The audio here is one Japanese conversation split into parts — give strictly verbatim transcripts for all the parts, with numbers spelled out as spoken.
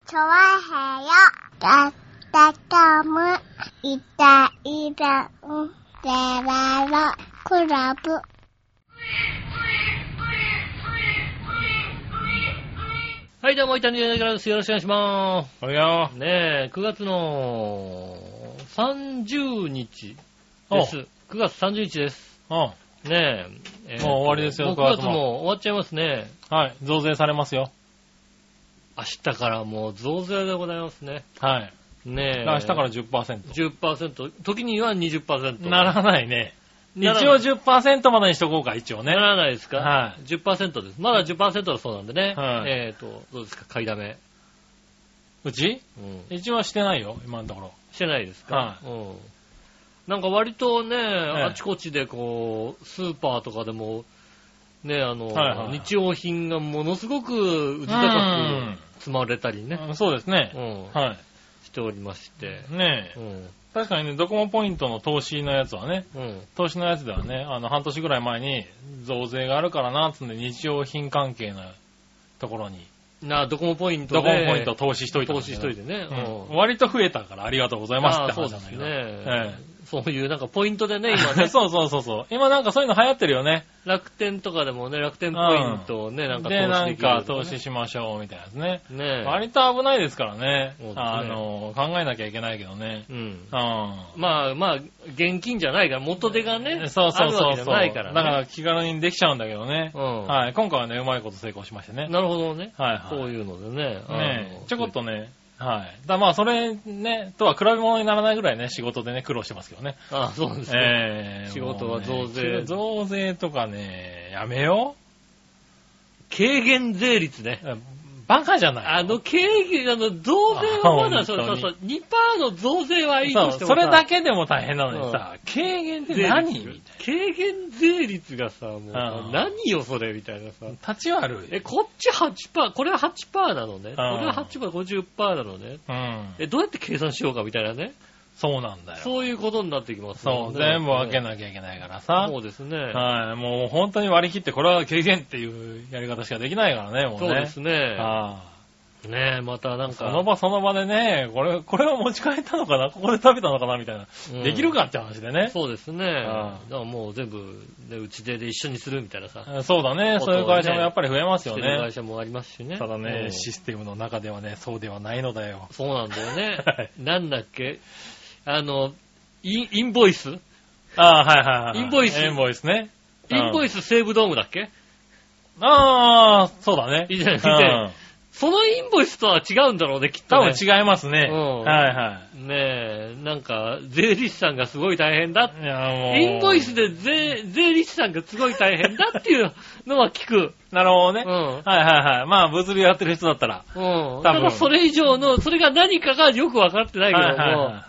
チョワヘヨだったかむいたいたんでららクラブ。 はい、どうも、イタリアンジェラです。よろしくお願いしまーす。 はいよ。 ねえ、くがつのさんじゅうにちです。くがつさんじゅうにちです。 うん。 ねえ。えー、 もう終わりですよ、 もうくがつも終わっちゃいますね。 はい。増税されますよ。 明日からもう増税でございますね。 はい。 ねえ。 明日から じゅっパーセント。 じゅっパーセント。時にはにじゅっパーセント。 ならないね。一応 じゅっパーセント までにしとこうか、一応ね。 ならないですか？ はい。 じゅっパーセント です。まだ じゅっパーセント だそうなんでね。 はい。 えーと、どうですか、買いだめ。 うち？ うん。 一応はしてないよ、今のところ。 してないですか？ はい。 うん。なんか割とね、 ええ、 あちこちでこう、スーパーとかでも、ね、あの、 はいはい、 日用品がものすごくうず高く積まれたりね。 うん、そうですね。 うん。 はい。 しておりまして。 ねえ。うん。確かにね、ドコモポイントの投資のやつはね、うん、投資のやつではね、あの、半年ぐらい前に増税があるからな、つんで日用品関係のところに。 な、ドコモポイントで。 ドコモポイント投資しといて、 投資しといてね、 うん。割と増えたからありがとうございますって話なんだけど。 そうですね。 ええ、 そういうなんかポイントでね、今ね。 そうそうそうそう。今なんかそういうの流行ってるよね。 楽天とかでもね、楽天ポイントをね、うん、なんか投資できる、ね。 で、なんか投資しましょうみたいなやつね。 ねえ。 割と危ないですからね。 ねあの、考えなきゃいけないけどね。 うん。うん、 まあまあ、現金じゃないから、元手がね、 そうそうそうそう。あるわけじゃないから、ね。 だから気軽にできちゃうんだけどね。うん。はい。今回はね、うまいこと成功しましてね。 なるほどね。 はいはい。 そういうのでね。 ねちょこっとね、はい。だまあ、それね、とは比べ物にならないぐらいね、仕事でね、苦労してますけどね。 ああ、そうですね。えー、仕事は増税、 ね。増税とかね、やめよう。軽減税率ね。 バカじゃない。 あの、軽減、あの、増税はまだ、そうそうそう、にパーセント の増税はいいとしてもそれだけでも大変なのにさ、うん、軽減って何みたいな。 軽減税率がさ、もう、うん、何よそれみたいなさ。 立ち悪い。 え、こっち はちパーセント、これは はちパーセント なのね。うん、これは はちパーセント、ごじゅっパーセント なのね。うん。え、どうやって計算しようかみたいなね。 そうなんだよ。 そういうことになってきますね。そう、全部分けなきゃいけないからさ。 そうですね。 はい。もう本当に割り切って、これは軽減っていうやり方しかできないからね、もうね。 そうですね。 ああ。 ねえ、またなんか。 その場その場でね、これ、これを持ち帰ったのかな、ここで食べたのかなみたいな。うん、できるかって話でね。 そうですね。だからもう全部、ね、うちでで一緒にするみたいなさ。 そうだね。そういう会社もやっぱり増えますよね。そういう会社もありますしね。 ただね、うん、システムの中ではね、そうではないのだよ。 そうなんだよね。はい、なんだっけあの、イン、インボイスああ、はいはいはい。 インボイス。 インボイスね。 インボイス西武ドームだっけああ、そうだね。 いいじゃないですか。そのインボイスとは違うんだろうね、きっと、ね。 多分違いますね。うん。はいはい。 ねえ、なんか、税理士さんがすごい大変だ。いやもうインボイスで税、税理士さんがすごい大変だっていうのは聞く。 なるほどね。うん。はいはいはい。まあ、物流やってる人だったら。 うん。多分。ただそれ以上の、それが何かがよくわかってないけども。はいはいはい、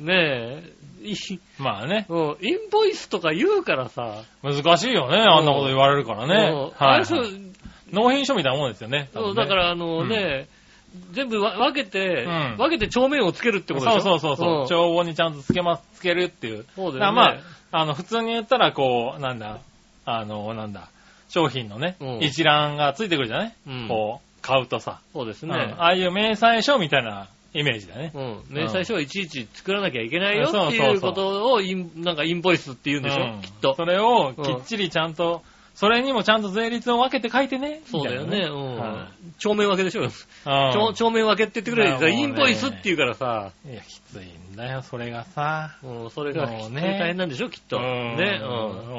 ねえ。 まあね。 うん。インボイスとか言うからさ。 難しいよね。あんなこと言われるからね。うん。はい、はい。納品書みたいなもんですよね。 そう、だからあのね、うん、全部分けて、うん、分けて帳面をつけるってことでしょ。 そうそうそうそう、うん。帳簿にちゃんとつけます、つけるっていう。 そうだよね。 まあ、あの、普通に言ったらこう、なんだ、あの、なんだ、商品のね、うん、一覧がついてくるじゃない、うん、こう、買うとさ。 そうですね。 ああいう明細書みたいなイメージだね。 うん。明細書はいちいち作らなきゃいけないよっていうことをイン、なんかインボイスって言うんでしょ、うん、きっと。 それをきっちりちゃんと、それにもちゃんと税率を分けて書いてね。 そうだよね。うん。はい、帳面分けでしょ。帳、帳面分けって言ってくれる。インボイスって言うからさ。 いや、きついんだよ、それがさ。 うん、それがね、大変なんでしょ、きっと。うん。ね。 うん。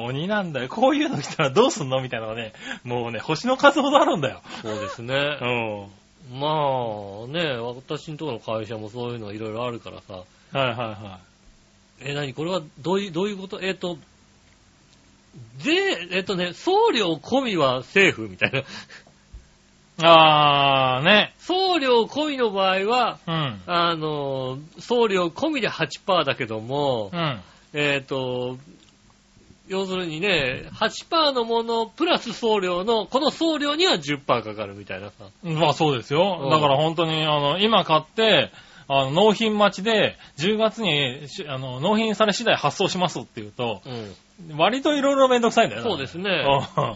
鬼なんだよ。こういうの来たらどうすんのみたいなのがね、もうね、星の数ほどあるんだよ。 そうですね。うん。まあ、ね、私のところの会社もそういうのいろいろあるからさ。 はいはいはい。 え、なにこれはどういう、どういうことえっと、で、えっとね、送料込みはセーフみたいな。 あーね。 送料込みの場合は、うん、あの、送料込みで はちパーセント だけども、うん、えっと、要するにね、はちパーセント のものプラス送料の、この送料には じゅっパーセント かかるみたいなさ。 まあそうですよ。うん、だから本当に、あの、今買って、あの納品待ちでじゅうがつにあの納品され次第発送しますって言うと、うん、割といろいろめんどくさいんだよね。 そうですね。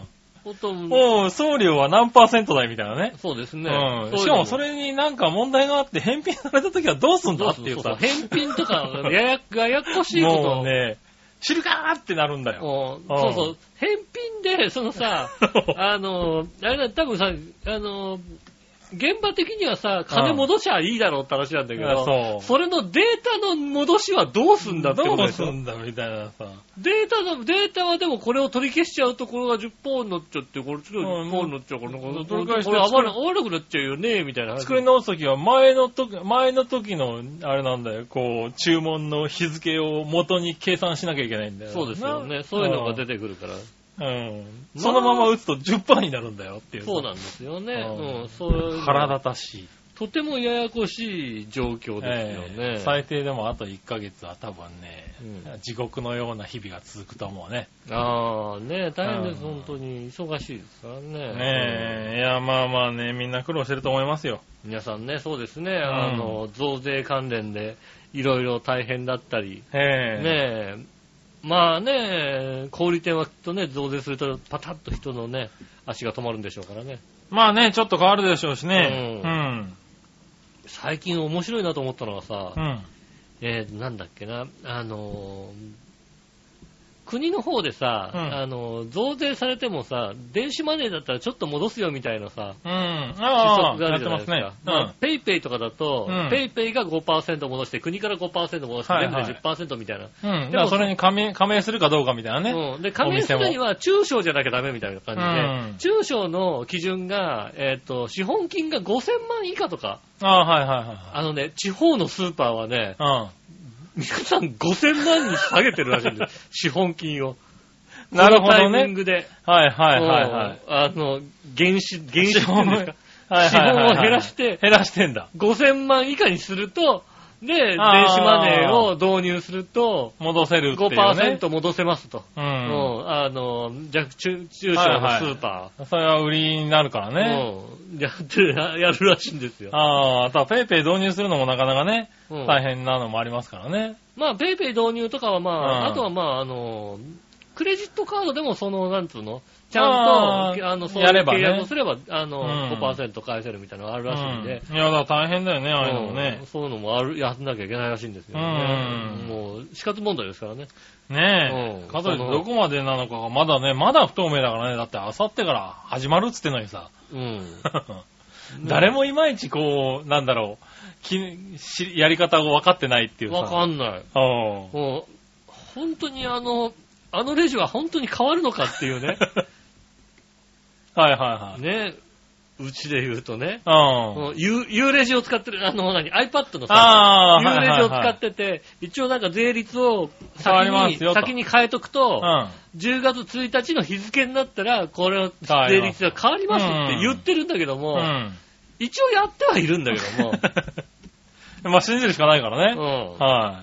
もう送料は何パーセント台みたいなね。 そうですね。 うん。しかもそれになんか問題があって返品された時はどうすんだっていうさ。 返品とかやや、ややこしいこと。 もうね、知るかーってなるんだよ。 そうそう。返品で、そのさ、あの、あれだ、多分さ、あの、現場的にはさ、金戻しゃいいだろうって話なんだけど、そうそれのデータの戻しはどうすんだってことでしょ。 どうすんだみたいなさ。 データの、データはでもこれを取り消しちゃうとこれがじゅっパーセントになっちゃって、これちょっとじゅっパーセントになっちゃうから、なんか、これ、これ合わなくなっちゃうよね、みたいな話。 作り直すときは前のとき、前の時の、あれなんだよ、こう、注文の日付を元に計算しなきゃいけないんだよ。 そうですよね。そういうのが出てくるから。 うん。そのまま打つと じゅっパーセント になるんだよっていう。 そうなんですよね。うん。 そういう。腹立たしい。 とてもややこしい状況ですよね。えー、 最低でもあといっかげつは多分ね、うん、地獄のような日々が続くと思うね。 ああ、ね大変です、本当に。忙しいですからね。 ねえ、いや、まあまあね、みんな苦労してると思いますよ。 皆さんね、そうですね、うん、あの、増税関連でいろいろ大変だったり、 えー、 ねえ、まあね、小売店はきっとね、増税するとパタッと人のね、足が止まるんでしょうからね。 まあね、ちょっと変わるでしょうしね。うん。うん、 最近面白いなと思ったのはさ、 うん、 えー、なんだっけな、あのー、国の方でさ、うん、あのー、増税されてもさ、電子マネーだったらちょっと戻すよみたいなさ、 うん、あ施策があるじゃないですか。 ね、うん、 まあ、ペイペイとかだと、うん、ペイペイが ごパーセント 戻して、国から ごパーセント 戻して、はいはい、全部で じゅっパーセント みたいな。 うん、でもそれに加盟、加盟するかどうかみたいなね。 うん。で、加盟するには中小じゃなきゃダメみたいな感じで、うん、中小の基準が、えっと、資本金がごせんまん以下とか。 ああ、はいはいはい。 あのね、地方のスーパーはね、 うん。 皆さんごせんまんに下げてるらしいんです。資本金を。 なるほどね。 このタイミングで。 はいはいはいはい。 あの、原資、原資って言うんですか。 はいはいはいはい、 資本を減らして、 減らしてんだ。 ごせんまん以下にすると、で、電子マネーを導入すると、 戻せるっていうね。 ごパーセント 戻せますと。 うん。 うん、あの、弱中、中小のスーパー、はいはい。それは売りになるからね。 うん。やってる、やるらしいんですよ。 ああ、あとはペイペイ導入するのもなかなかね、うん、大変なのもありますからね。 まあ、ペイペイ導入とかはまあ、うん、あとはまあ、あの、クレジットカードでもその、なんつうのちゃんと、あ, あの、そういう契約をすれば、あの、うん、ごパーセント 返せるみたいなのがあるらしいんで。 うん、いや、だから大変だよね、ああいうのもね、 うん。そういうのもある、やんなきゃいけないらしいんですよね。うん、もう、死活問題ですからね。 ねえ。うん、かといってどこまでなのかがまだね、まだ不透明だからね。だって、あさってから始まるっつってんのにさ。 うん。 誰もいまいちこう、なんだろう、きやり方を分かってないっていうさ。 分かんない。 うん。 もう、本当にあの、あのレジは本当に変わるのかっていうね。 はいはいはい。 ね。うちで言うとね。 うん。 U、U レジを使ってる、あの、何 ?iPad のさ、 U レジを使ってて、はいはいはい、一応なんか税率を先に、先に変えとくと、うん、じゅうがつついたちの日付になったら、これ、税率が変わりますって言ってるんだけども、うん、一応やってはいるんだけども。 まあ信じるしかないからね。 うん。 はい。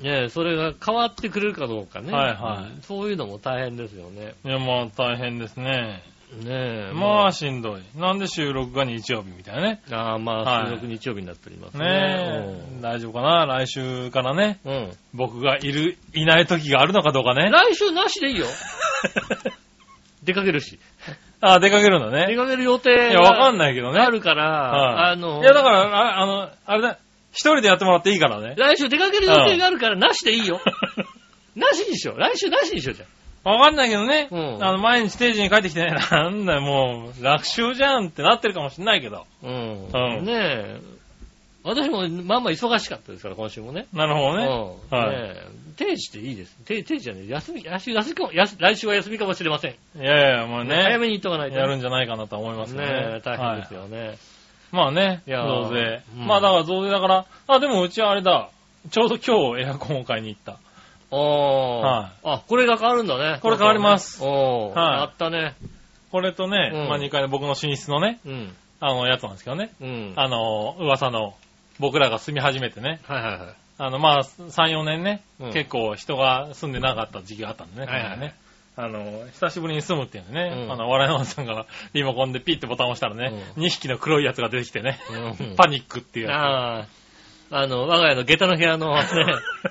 ねえ、それが変わってくれるかどうかね。 はいはい。 うん、そういうのも大変ですよね。 いや、まあ大変ですね。 ねえ。 まあしんどい。なんで収録が日曜日みたいなね。 ああ、まあ収録日曜日になっておりますね。 ねえ。大丈夫かな来週からね。 うん。 僕がいる、いない時があるのかどうかね。 来週なしでいいよ。出かけるし。 ああ、出かけるんだね。 出かける予定。 いや、わかんないけどね。 あるから、はい、あの。 いや、だから、あ, あの、あれだ、一人でやってもらっていいからね。 来週出かける予定があるから、なしでいいよ。なしにしよう。来週なしにしようじゃん。 わかんないけどね。 うん。 あの、毎日定時に帰ってきてね、なんだよ、もう、楽勝じゃんってなってるかもしんないけど。 うん。うん。ねえ。私も、まあまあ忙しかったですから、今週もね。 なるほどね。 うん。はい。ねえ。定時でいいです。定時じゃねえ。休み、来週、休みかも、来週は休みかもしれません。 いやいや、もうね。 早めに言っとかないと、 ね。やるんじゃないかなと思いますね。 ねえ、大変ですよね。はい、 まあね、増税。うん、まあだから増税だから、あ、でもうちはあれだ。ちょうど今日エアコンを買いに行った。 ああ、はい。あ、これが変わるんだね。 これ変わります。 おー。はい。あったね。 これとね、うん、まあにかいの僕の寝室のね、 うん、 あのやつなんですけどね。 うん、 あの、噂の、僕らが住み始めてね。 はいはいはい。 あの、まあ、さん、よねんね、うん、結構人が住んでなかった時期があったんでね。 はいはいはい。 あの、久しぶりに住むっていうね、うん、あの、笑いのおじさんがリモコンでピッてボタンを押したらね、うん、にひきの黒いやつが出てきてね、うん、パニックっていうやつ。 ああ、あの、我が家の下駄の部屋のね、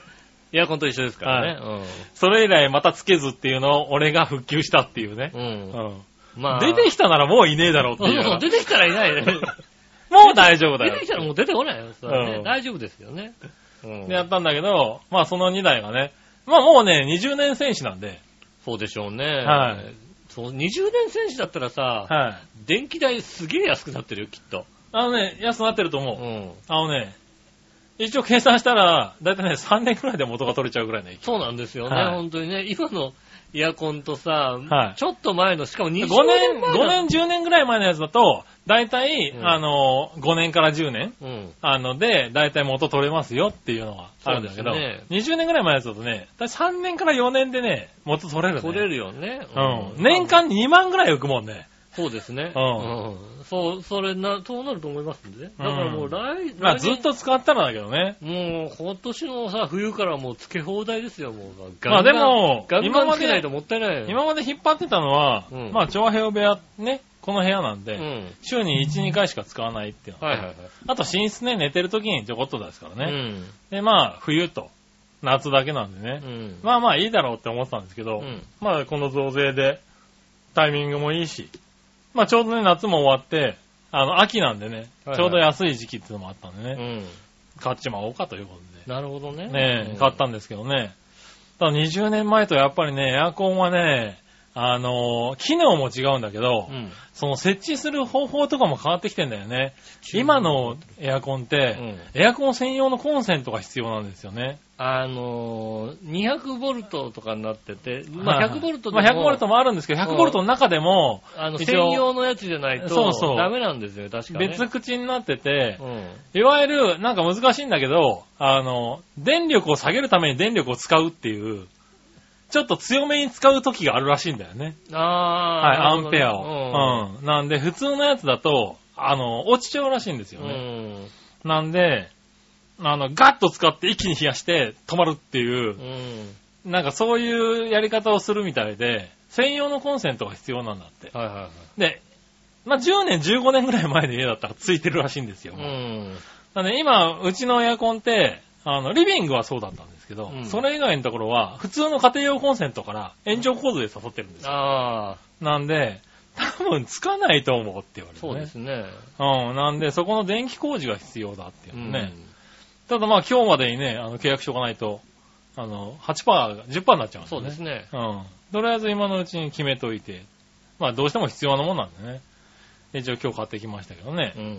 エアコンと一緒ですからね。 はい、うん、それ以来またつけずっていうのを俺が復旧したっていうね。 うん。うん、 まあ、出てきたならもういねえだろうっていう。 そうそう、出てきたらいないね。 もう大丈夫だよ。 出てきたらもう出てこないよ。それね、うん、大丈夫ですよね。 うん、でやったんだけど、まあそのにだいがね、まあもうね、にじゅうねん戦士なんで。 そうでしょうね。 はい。 そう、にじゅうねん戦士だったらさ、はい、電気代すげえ安くなってるよ、きっと。 あのね、安くなってると思う。うん。あのね、一応計算したら、だいたいね、さんねんくらいで元が取れちゃうくらいの勢い。 そうなんですよね、はい、本当にね。今のエアコンとさ、 はい、 ちょっと前の、しかもにじゅうねんまえごねん、ごねん、じゅうねんぐらい前のやつだと、だいたい、うん、あの、ごねんからじゅうねん、うん、あので、だいたい元取れますよっていうのがあるんだけど、ね、にじゅうねんぐらい前のやつだとね、だいさんねんからよねんでね、元取れるね。 取れるよね。 うん。年間にまんぐらい浮くもんね。 そうですね。 うん。 うん、そう、それな、そうなると思いますんでね。だからもう来、うん、 まあずっと使ったらだけどね。 もう今年のさ、冬からもうつけ放題ですよ、もう。 ガンガンまあでも、 ガンガンつけないともったいないよ。 今まで引っ張ってたのは、うん、まあ調和部屋ね、この部屋なんで、うん、週にいち、にかいしか使わないっていうの、 はいはいはい。 あと寝室ね、寝てる時にちょこっとですからね。うん、で、まあ冬と夏だけなんでね、うん、まあまあいいだろうって思ってたんですけど、うん、まあこの増税でタイミングもいいし、まあちょうどね、夏も終わって、あの、秋なんでね、はいはい、ちょうど安い時期っていうのもあったんでね、うん、買っちまおうかということで。 なるほどね。 ねえ、うん、買ったんですけどね。ただにじゅうねんまえとやっぱりね、エアコンはね、あのー、機能も違うんだけど、うん、その設置する方法とかも変わってきてんだよね。今のエアコンって、うん、エアコン専用のコンセントが必要なんですよね。 あのー、にひゃくボルトとかになってて、まあひゃくボルトでも、 まあひゃくボルトもあるんですけど、ひゃくボルトの中でも、 あの、専用のやつじゃないと、そうそうダメなんですよ、確かに、ね。 別口になってて、うん、いわゆる、なんか難しいんだけど、あの、電力を下げるために電力を使うっていう、ちょっと強めに使う時があるらしいんだよね。 ああ。 はい、アンペアを、うん。うん。なんで、普通のやつだと、あの、落ちちゃうらしいんですよね。うん。なんで、あの、ガッと使って一気に冷やして止まるっていう、うん、なんかそういうやり方をするみたいで、専用のコンセントが必要なんだって。 はいはいはい。 で、まあ、じゅうねん、じゅうごねんぐらい前の家だったらついてるらしいんですよ。うん。なんで今、うちのエアコンって、あの、リビングはそうだったんですけど、うん、それ以外のところは、普通の家庭用コンセントから延長コードで誘ってるんですよ。 ああ。 なんで、多分つかないと思うって言われて、 ね。そうですね。 うん。なんで、そこの電気工事が必要だっていうのね。うん、ただまあ今日までにね、あの契約しとかないと、あの、はちパーセントが じゅっパーセント になっちゃうんですね。 そうですね。 うん。とりあえず今のうちに決めといて、まあどうしても必要なもんなんでね。一応今日買ってきましたけどね。うん。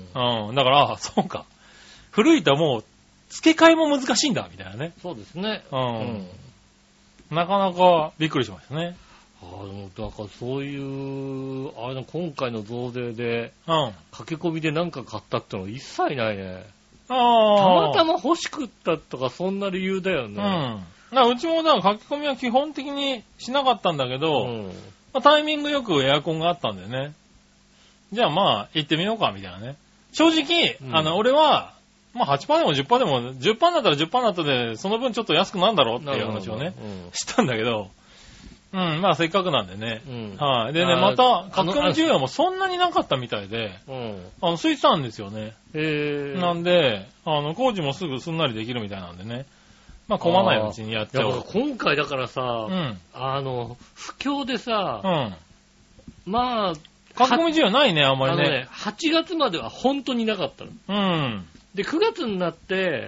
うん。だから、あ、そうか。古いともう、付け替えも難しいんだ、みたいなね。 そうですね。 うん。うん、なかなかびっくりしましたね。 ああ、でも、だからそういう、あれだ、今回の増税で、うん。駆け込みで何か買ったってのは一切ないね。 ああ。 たまたま欲しくったとか、そんな理由だよね。 うん。だうちもだから書き込みは基本的にしなかったんだけど、うん、まあ、タイミングよくエアコンがあったんでね。じゃあまあ、行ってみようか、みたいなね。正直、うん、あの、俺は、まあ はちパーセント でも じゅっパーセント でも、じゅっパーセント だったら じゅっパーセント になったで、その分ちょっと安くなるんだろうっていう話をね、うん、したんだけど、うん、まあせっかくなんでね。うん、はい。でね、また、書き込み需要もそんなになかったみたいで、うん、あの、空いてたんですよね。 へー。 なんで、あの、工事もすぐすんなりできるみたいなんでね。まあ、混まないうちにやっちゃおう。 今回だからさ、うん、あの、不況でさ、うん、まあ、 書き込み需要ないね、あんまりね。あのね、 はちがつまでは本当になかったの。 うん。 で、くがつになって、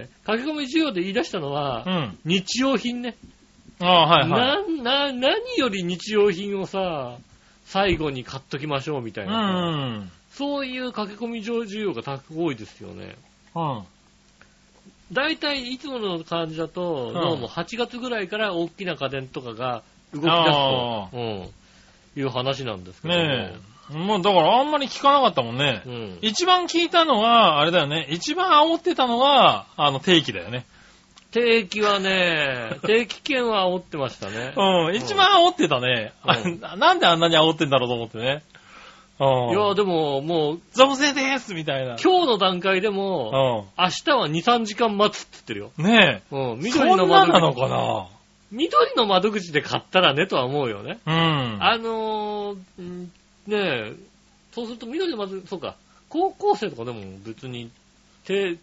書き込み需要で言い出したのは、うん、日用品ね。 ああ、はいはい。 な、な、何より日用品をさ、最後に買っときましょうみたいな。 うん。 そういう書き込み需要が多いですよね。 うん。 だいたいいつもの感じだと、うん、どうもはちがつぐらいから大きな家電とかが動き出すと、うん、いう話なんですけどね。え。もうだからあんまり聞かなかったもんね。うん、一番聞いたのは、あれだよね。一番煽ってたのは、あの、定期だよね。 定期はね、定期券は煽ってましたね。 うん、一番煽ってたね。うん、なんであんなに煽ってんだろうと思ってね。 うん、いや、でも、もう、 増税ですみたいな。 今日の段階でも、うん、明日はに、さんじかん待つって言ってるよ。 ねえ。 うん、 緑の窓口。そんななのかな？ 緑の窓口で買ったらねとは思うよね。 うん。 あのー、ねえ、そうすると緑の窓口、そうか、高校生とかでも別に、て、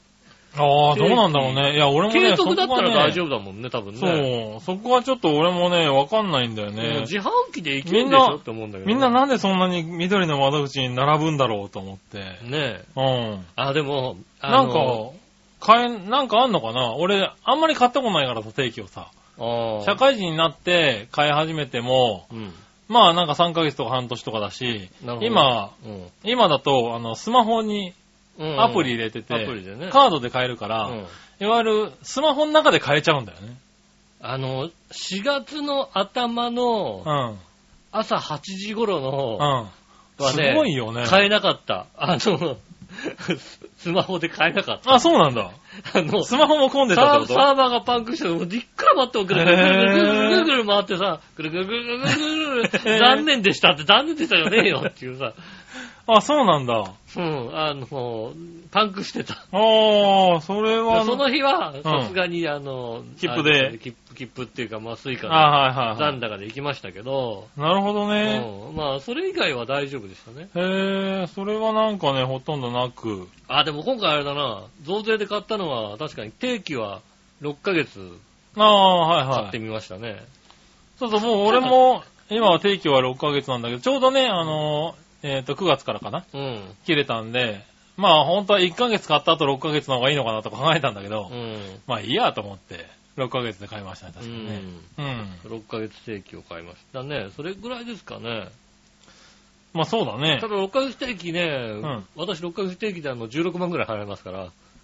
ああ、どうなんだろうね。いや、俺もね、 継続だったら大丈夫だもんね、多分ね。 そう。そこはちょっと俺もね、わかんないんだよね。 自販機で行けるんでしょって思うんだけど、ね。 みんななんでそんなに緑の窓口に並ぶんだろうと思って。 ねえ。 うん。 あ、でも、あなんか、買え、なんかあんのかな？俺、あんまり買ったことないからさ、定期をさ。あ社会人になって買い始めても、うん、まあなんかさんかげつとか半年とかだし、今、うん、今だと、あの、スマホにアプリ入れてて、うんうんアプリでね、カードで買えるから、うん、いわゆるスマホの中で買えちゃうんだよね。 あの、しがつの頭の、朝はちじ頃の、 うん、すごいよね。 買えなかった。あの、スマホで買えなかった。 あ、そうなんだ。あの、スマホも混んでたってこと？ サーバーがパンクして、もういっくら待ってもぐるぐるぐるぐるぐるぐる回ってさ、ぐるぐるぐるぐるぐるぐる残念でしたって残念でしたよねえよっていうさ。 あ、そうなんだ。 うん、あの、パンクしてた。 ああ、それは。 その日は、さすがに、あの、 切符で。 切符、切符っていうか、まあ、スイカの残高で行きましたけど。 なるほどね。 うん、まあ、それ以外は大丈夫でしたね。 へえ、それはなんかね、ほとんどなく。 あ、でも今回あれだな、増税で買ったのは、確かに定期はろっかげつ。 ああ、はいはい。 買ってみましたね。 そうそう、もう俺も、今は定期はろっかげつなんだけど、ちょうどね、あの、えっと、くがつからかな、うん、切れたんで、まあ本当はいっかげつ買った後ろっかげつの方がいいのかなとか考えたんだけど、うん、まあいいやと思って、ろっかげつで買いましたね、確かにね。 うん。うん、ろっかげつ定期を買いましたね。それぐらいですかね。 まあそうだね。 ただろっかげつ定期ね、うん、私ろっかげつ定期であのじゅうろくまんぐらい払いますから。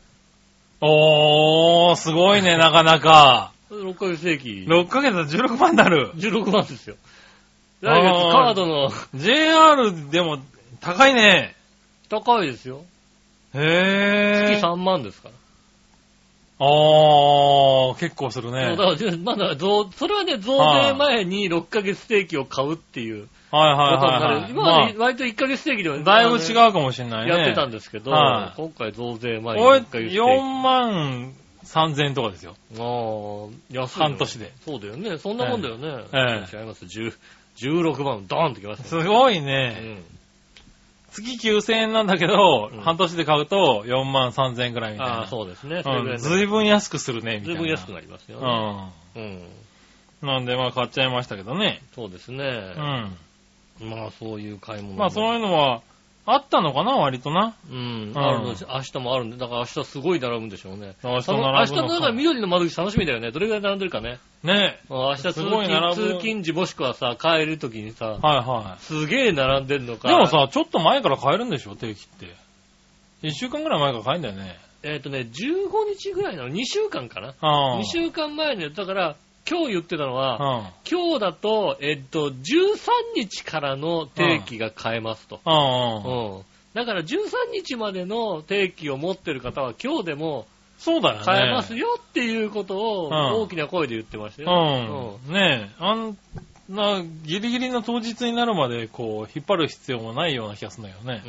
おー、すごいね、なかなか。 ろっかげつ定期。 ろっかげつでじゅうろくまんになる。 じゅうろくまんですよ。来月カードの。 ジェイアール でも高いね。 高いですよ。 へー。 月さんまんですから。 あー、結構するね。 そうだからまだ増、それはね、増税前にろっかげつ定期を買うっていう。 はいはいはい、はい。 今は割といっかげつ定期では、 ね、だいぶ違うかもしれないね。 やってたんですけど、はい、今回増税前にろっかげつ定期。よんまんさんぜんえんとかですよ。 あー、安い。 半年で。 そうだよね。そんなもんだよね。ええ。違います。じゅうろくまんドーンってきました、ね。 すごいね。うん、月きゅうせんえんなんだけど、うん、半年で買うとよんまんさんぜんえんくらいみたいな。 ああ、そうですね。 うん、ずいぶん安くするね、みたいな。 ずいぶん安くなりますよね。 うん。うん。なんでまあ買っちゃいましたけどね。 そうですね。うん。まあそういう買い物。 まあそういうのはあったのかな、割とな。 うん。あるの、明日もあるんで、だから明日すごい並ぶんでしょうね。 明日並ぶのか。 明日のなんか緑の窓口楽しみだよね。どれぐらい並んでるかね。 ねえ。 明日通勤、通勤時もしくはさ、帰るときにさ、はいはい。 すげえ並んでんのか。 でもさ、ちょっと前から買えるんでしょ、定期って。いっしゅうかんぐらい前から買えるんだよね。 えっとね、じゅうごにちぐらいなの ?にしゅうかんかな。ああ。にしゅうかんまえのやつだから、今日言ってたのは、うん、今日だと、えっと、じゅうさんにちからの定期が買えますと。うんうん、だからじゅうさんにちまでの定期を持ってる方は今日でもそうだよね。 買えますよっていうことを大きな声で言ってましたよ。 うん。うん、ねえ、あんなギリギリの当日になるまでこう引っ張る必要もないような気がするんだよね。 うん。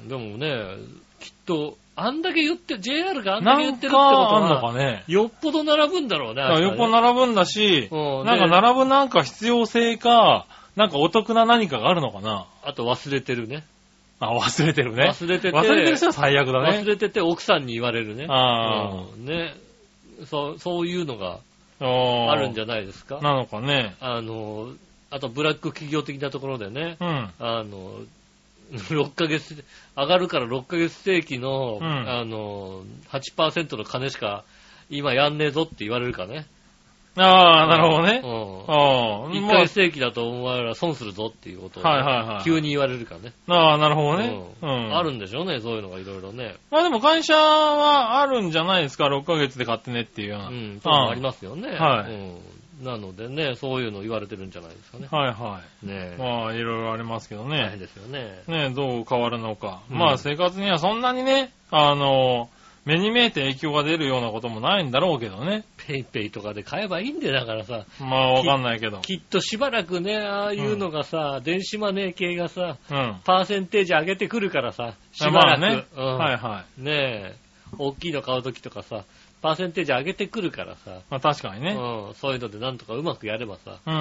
でもね、きっとあんだけ言って、ジェイアール があんだけ言ってるってことは、 なんかあんのかね。 よっぽど並ぶんだろうね。 よっぽど並ぶんだし、うん、なんか並ぶなんか必要性か、なんかお得な何かがあるのかな。 あと忘れてるね。 あ、忘れてるね。 忘れてて。 忘れてる人は最悪だね。 忘れてて奥さんに言われるね。 ああ、 うん。ね。そう、そういうのがあるんじゃないですか。 なのかね。 あの、あとブラック企業的なところでね。 うん。 あの、ろっかげつ、上がるからろっかげつ定期の、 うん、 あの、はちパーセントの金しか今やんねえぞって言われるかね。 ああ、なるほどね。 うん。いっかげつ定期だとお前ら損するぞっていうことを、ね、 はいはいはい、 急に言われるかね。 ああ、なるほどね、 うん。うん。あるんでしょうね、そういうのがいろいろね。 まあでも会社はあるんじゃないですか、ろっかげつで買ってねっていうような。 うん、そういうのありますよね。 はい。 うんなのでね、そういうの言われてるんじゃないですかね。 はいはい。 ねえ。 まあ、いろいろありますけどね。 大変ですよね。 ねえ、どう変わるのか。うん、まあ、生活にはそんなにね、あの、目に見えて影響が出るようなこともないんだろうけどね。 ペイペイとかで買えばいいんだよ、だからさ。 まあ、わかんないけど。 きっとしばらくね、ああいうのがさ、うん、電子マネー系がさ、 うん、 パーセンテージ上げてくるからさ、しばらく。 まあね。 うん、 はいはい。 ねえ、大きいの買うときとかさ、パーセンテージ上げてくるからさ。 まあ確かにね。 うん。そういうのでなんとかうまくやればさ。 うん。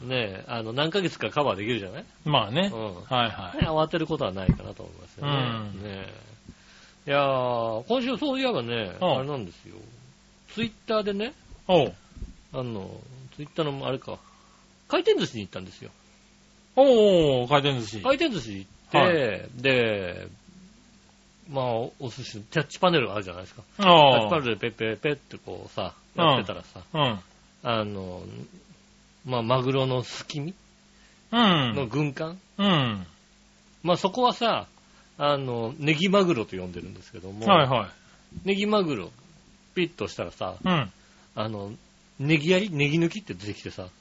ねえ、あの、何ヶ月かカバーできるじゃない？ まあね。 うん。 はいはい。 ね、慌てることはないかなと思いますよね。 うん。 ねえ。 いやー、今週そういえばね、 うん、 あれなんですよ。ツイッターでね、 おう。 あの、ツイッターのあれか、回転寿司に行ったんですよ。 おー、回転寿司。 回転寿司行って、はい、で、まあ、お寿司、キャッチパネルがあるじゃないですか。キャッチパネルでペッペッペッってこうさ、やってたらさ、うん、あの、まあ、マグロのすき身の軍艦、うん、まあ、そこはさ、あの、ネギマグロと呼んでるんですけども、はいはい、ネギマグロ、ピッとしたらさ、うん、あの、ネギやりネギ抜きって出てきてさ、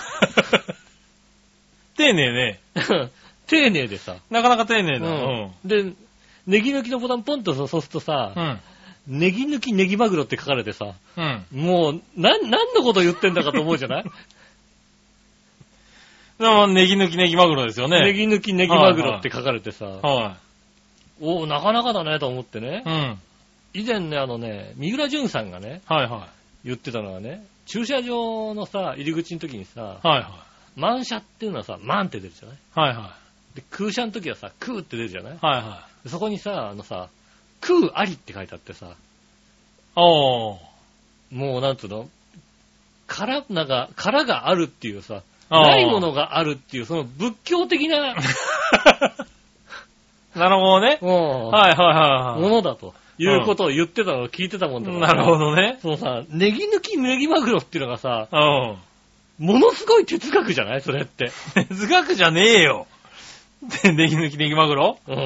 丁寧ね。 丁寧でさ。 なかなか丁寧だ。うんうん、で、ネギ抜きのボタンポンと押すとさ、うん、ネギ抜きネギマグロって書かれてさ、うん、もう、な、何のこと言ってんだかと思うじゃないネギ抜きネギマグロですよね。 ネギ抜きネギマグロって書かれてさ、はいはい、おなかなかだねと思ってね。うん、以前ね、あのね、三浦淳さんがね、はいはい、言ってたのはね、駐車場のさ、入り口の時にさ、はいはい、満車っていうのはさ、満って出るじゃない？はいはい。で、空車の時はさ、空って出るじゃない？はいはい。そこにさ、あのさ、空ありって書いてあってさ、おー。もうなんつうの？殻、なんか、殻があるっていうさ、ないものがあるっていう、その仏教的な、 なるほどね。はいはいはい。 ものだと。いうことを言ってたのを聞いてたもんだから。 なるほどね。 そのさ、ネギ抜きネギマグロっていうのがさ、うん。ものすごい哲学じゃないそれって。 哲学じゃねえよ。ネギ抜きネギマグロ？ うん。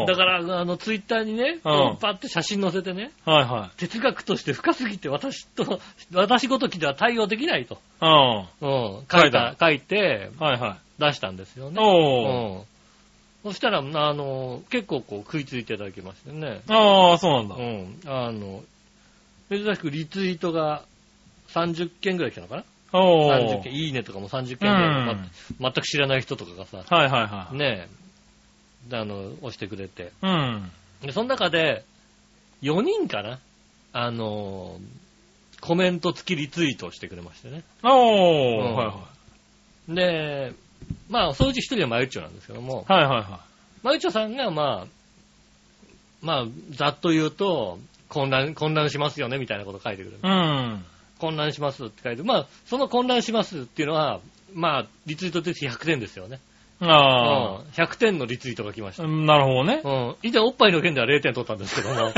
だから、あの、ツイッターにね、うん、パッて写真載せてね、はいはい。哲学として深すぎて私と、私ごときでは対応できないと。うん。うん。書いた、書いて、はいはい。出したんですよね。おー。うん。そしたら、あの、結構こう食いついていただきましてね。 ああ、そうなんだ。 うん。あの、珍しくリツイートがさんじゅっけんぐらい来たのかな？おー。さんじゅっけん、いいねとかもさんじゅっけんぐらい、うん、ま、全く知らない人とかがさ、はいはいはい。ねえ、あの、押してくれて。うん。で、その中で、よにんかな？あの、コメント付きリツイートをしてくれましてね。おー。うん、はいはい。で、まあ、そのうち一人はマユッチョなんですけども、はいはいはい。マユッチョさんが、まあ、まあ、ざっと言うと、混乱、混乱しますよね、みたいなこと書いてくる。うん。混乱しますって書いて、まあ、その混乱しますっていうのは、まあ、リツイートでひゃくてんですよね。ああ、うん。ひゃくてんのリツイートが来ました。 なるほどね。 うん。以前、おっぱいの件ではれいてん取ったんですけども、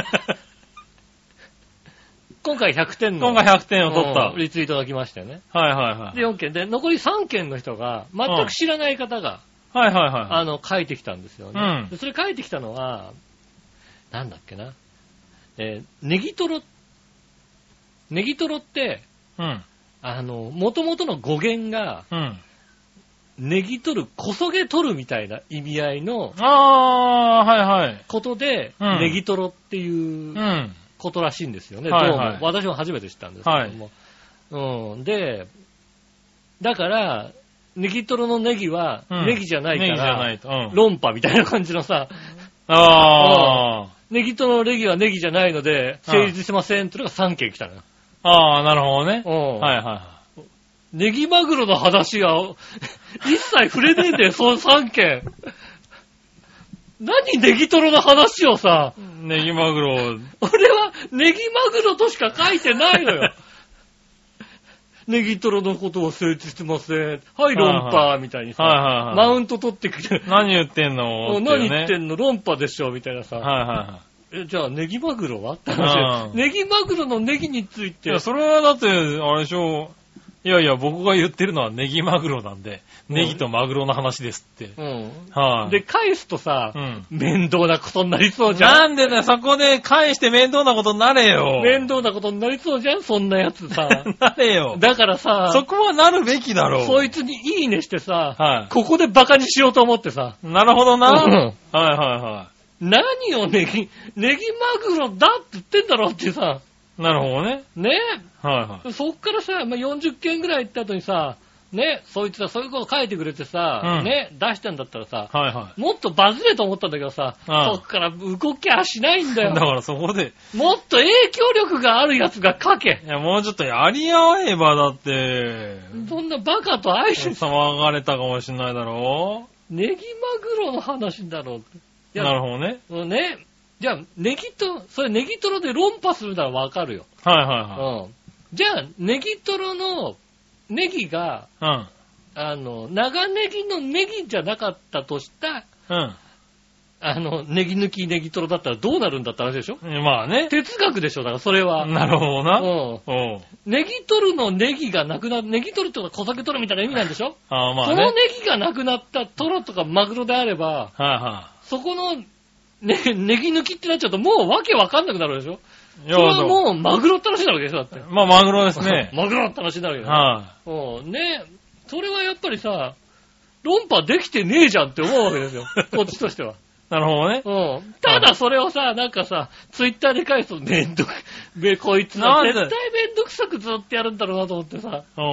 今回ひゃくてんの。 今回ひゃくてんを取った、 うん。リツイートが来ましたよね。 はいはいはい。 で、よんけんで、残りさんけんの人が、全く知らない方が、うん、はいはいはい。あの、書いてきたんですよね。うん。でそれ書いてきたのは、なんだっけな。えー、ネギトロ、ネギトロって、うん。あの、元々の語源が、うん。ネギ取る、こそげ取るみたいな意味合いの、 ああ、はいはい。 ことで、うん、ネギトロっていう、うん。ことらしいんですよね。はいはい、どうも。私も初めて知ったんですけども。はい、うん。で、だから、ネギトロのネギは、ネギじゃないから、うん、ネギじゃないと、うん、論破みたいな感じのさ、ああ。ネギトロのネギはネギじゃないので、成立しませんっていうのがさんけん来たのよ。 ああ、なるほどね。うん。はいはいはい。 ネギマグロの話は、一切触れねえんだよ、そのさんけん。何ネギトロの話をさ、 ネギマグロ。 俺はネギマグロとしか書いてないのよ。ネギトロのことを成立してません。はい、論破みたいにさ、はいはいはい、マウント取ってきて。 何言ってんの、 ね、何言ってんの論破でしょみたいなさ。はいはいはい。え、じゃあネギマグロはって話。ネギマグロのネギについて。 いや、それはだって、あれでしょ。いやいや、僕が言ってるのはネギマグロなんで、うん、ネギとマグロの話ですって。うん。はい、あ、 で、返すとさ、うん、面倒なことになりそうじゃん。 なんでだよ、そこで返して面倒なことになれよ。 面倒なことになりそうじゃん、そんなやつさ。 なれよ。 だからさ、 そこはなるべきだろう。 そいつにいいねしてさ、はい、ここでバカにしようと思ってさ。 なるほどな。うん、はいはいはい。 何をネギ、ネギマグロだって言ってんだろってさ。 なるほどね。 ねえ。はいはい。そっからさ、まあ、よんじゅっけんぐらい行った後にさ、ね、そいつがそういうこと書いてくれてさ、うん、ね、出したんだったらさ、はいはい、もっとバズれと思ったんだけどさ、そっから動きゃしないんだよ。 だからそこで。 もっと影響力があるやつが書け。 いや、もうちょっとやり合えばだって。 そんなバカと相性騒がれたかもしんないだろう。ネギマグロの話だろうって。 なるほどね。 ね。 じゃあ、ネギト、それネギトロで論破するならわかるよ。 はいはいはい。 うん。じゃあ、ネギトロのネギが、 うん。 あの、長ネギのネギじゃなかったとした、 うん。 あの、ネギ抜きネギトロだったらどうなるんだって話でしょ？ まあね。 哲学でしょ、だからそれは。 なるほどな。 うん。 うん。 ネギ取るのネギがなくなる、ネギ取るってのは小酒取るみたいな意味なんでしょ？ ああ、まあね。 そのネギがなくなったトロとかマグロであれば、 はいはい。 そこの、ね、ネギ抜きってなっちゃうともうわけわかんなくなるでしょ？それはもうマグロって話になるわけでしょ、だって。 まあマグロですね。 マグロって話になるよね。 はい、 うん。ね、それはやっぱりさ、論破できてねえじゃんって思うわけですよ。こっちとしては。 なるほどね。 うん。ただそれをさ、なんかさ、ツイッターで返すとめんどく、め、こいつは絶対めんどくさくずっとやるんだろうなと思ってさ、うん。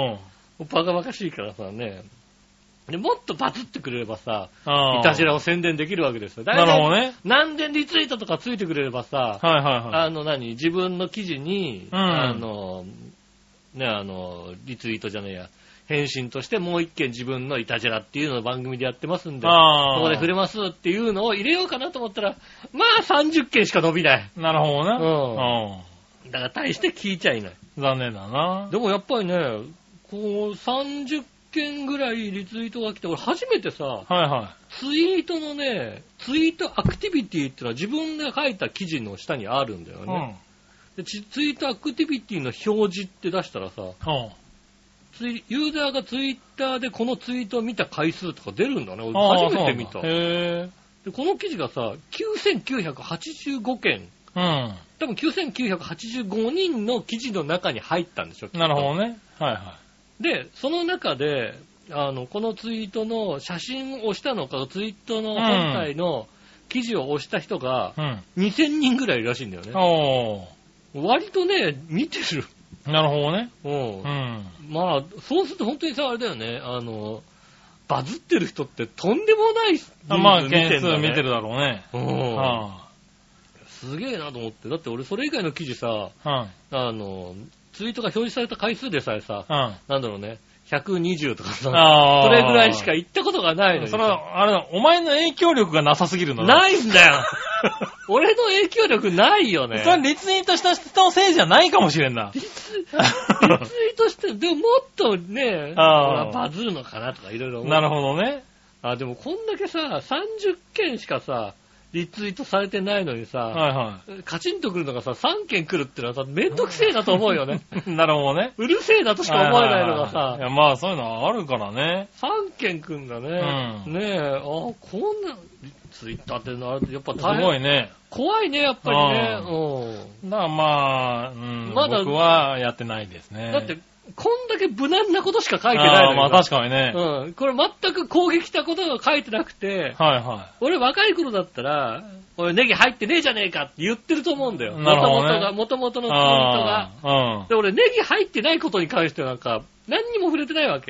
バカバカしいからさ、ね。で、もっとバズってくれればさ、いたじらを宣伝できるわけですよ。 なるほどね。 何千リツイートとかついてくれればさ、 はいはいはい。 あの何、自分の記事に、うん、あの、ね、あの、リツイートじゃねえや、返信としてもう一件自分のイタジェラっていうのを番組でやってますんで、ここで触れますっていうのを入れようかなと思ったら、まあさんじゅっけんしか伸びない。 なるほどね。 うん。だから大して聞いちゃいない。 残念だな。 でもやっぱりね、こうさんじゅっけんぐらいリツイートが来て、俺初めてさ、はいはい、ツイートのね、ツイートアクティビティっていうのは自分で書いた記事の下にあるんだよね。うん、でツイートアクティビティの表示って出したらさ、うんユーザーがツイッターでこのツイートを見た回数とか出るんだね。俺初めて見た。へでこの記事がさ、きゅうせんきゅうひゃくはちじゅうごけん。うん。多分きゅうせんきゅうひゃくはちじゅうごにんの記事の中に入ったんでしょ。 なるほどね。はいはい。 で、その中で、あの、このツイートの写真を押したのか、ツイートの本体の記事を押した人が、にせんにんぐらいいるらしいんだよね。うん、割とね、見てる。 なるほどね。 うん。うん。まあ、そうすると本当にさ、あれだよね。あの、バズってる人ってとんでもない人数見てるんだね。まあ、件数見てるだろうね。うん。はあ、すげえなと思って。だって俺それ以外の記事さ、はあ、あの、ツイートが表示された回数でさえさ、はあ、なんだろうね。ひゃくにじゅうとかさ、それぐらいしか言ったことがないのに。 それは、あれだ、お前の影響力がなさすぎるのね。ないんだよ俺の影響力ないよね。 それリツイートした人のせいじゃないかもしれんな。 リツ、リツイートして、でももっとね、バズるのかなとかいろいろ思う。 なるほどね。 あ、でもこんだけさ、さんじゅっけんしかさ、リツイートされてないのにさ、はいはい、カチンとくるのがさ、さんけん来るってのはさ、めんどくせえなと思うよね。 なるほどね。 うるせえなとしか思えないのがさ。 いや、まあそういうのはあるからね。 さんけん来んだね。うん、ねえ、あ、こんな、ツイッターってのはやっぱ大変。 すごいね。 怖いね、やっぱりね。 うん。だからまあ、うん、まだ僕はやってないですね。 だって、こんだけ無難なことしか書いてないのよ。 まあ確かにね。 うん。これ全く攻撃したことが書いてなくて、 はいはい。 俺若い頃だったら、俺ネギ入ってねえじゃねえかって言ってると思うんだよ。なるほどね。元々が、元々のツイートが。うん。で、俺ネギ入ってないことに関してはなんか、何にも触れてないわけ。うん。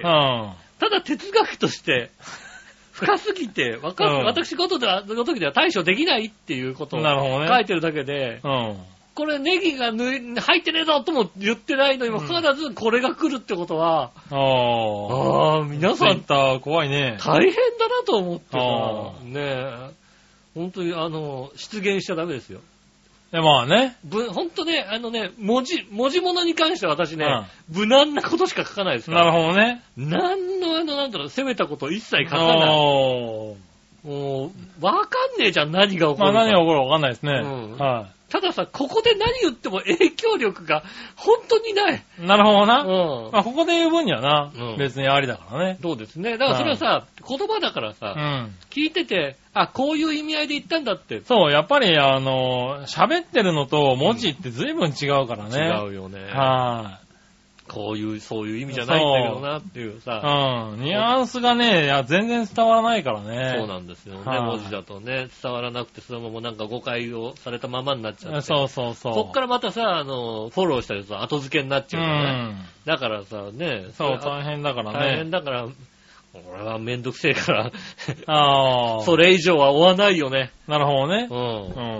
ただ哲学として、深すぎて、わかん、うん、私事では、の時では対処できないっていうことを書いてるだけで、うん。これネギがぬい入ってねえぞとも言ってないのにもかかわらずこれが来るってことは、うん、ああ、皆さん怖いね。 大変だなと思ってさ、ねえ、本当にあの、出現しちゃダメですよ。 え、まあね。 ぶ、ほんとね、あのね、文字、文字物に関しては私ね、うん、無難なことしか書かないですから。 なるほどね。 なんのあの、なんだろう、攻めたこと一切書かない。もう、わかんねえじゃん、何が起こるか。 まあ何が起こるかわかんないですね。うん。はい。 たださ、ここで何言っても影響力が本当にない。 なるほどな。うん。まあ、ここで言う分にはな、うん、別にありだからね。 そうですね。だからそれはさ、うん、言葉だからさ、うん、聞いてて、あ、こういう意味合いで言ったんだって。 そう、やっぱりあの、喋ってるのと文字って随分違うからね。 違うよね。 はい。 こういう、そういう意味じゃないんだけどなっていうさ。 うん。ニュアンスがね、いや、全然伝わらないからね。 そうなんですよね。文字だとね、伝わらなくて、そのままなんか誤解をされたままになっちゃって。 そうそうそう。 そっからまたさ、あの、フォローしたやつは後付けになっちゃうからね。うん、だからさ、ね。 そう、大変だからね。 大変だから、俺はめんどくせえからああ。それ以上は追わないよね。 なるほどね。 うん。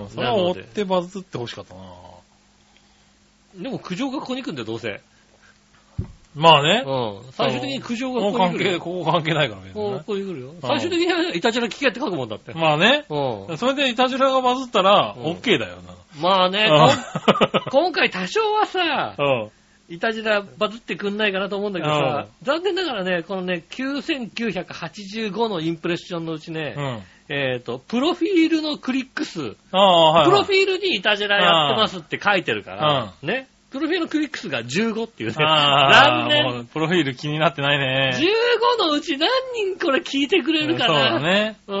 うん。それは追ってバズってほしかったな。 でも苦情がここに来るんだよ、どうせ。 まあね。 うん。最終的に苦情がここに来る。ここ関係ないからね。 ここに来るよ。最終的にはいたじら聞けって書くもんだって。 まあね。 うん。 それでいたじらがバズったら、OK だよな。 まあね、今回多少はさ、いたじらバズってくんないかなと思うんだけどさ、残念ながらね、このね、きゅうせんきゅうひゃくはちじゅうごのインプレッションのうちね、えっと、プロフィールのクリック数、プロフィールにいたじらやってますって書いてるから、ね。プロフィールのクリック数がじゅうごっていうね。残念。 プロフィール気になってないね。 じゅうごのうち何人これ聞いてくれるかな。 そうだね。 うん。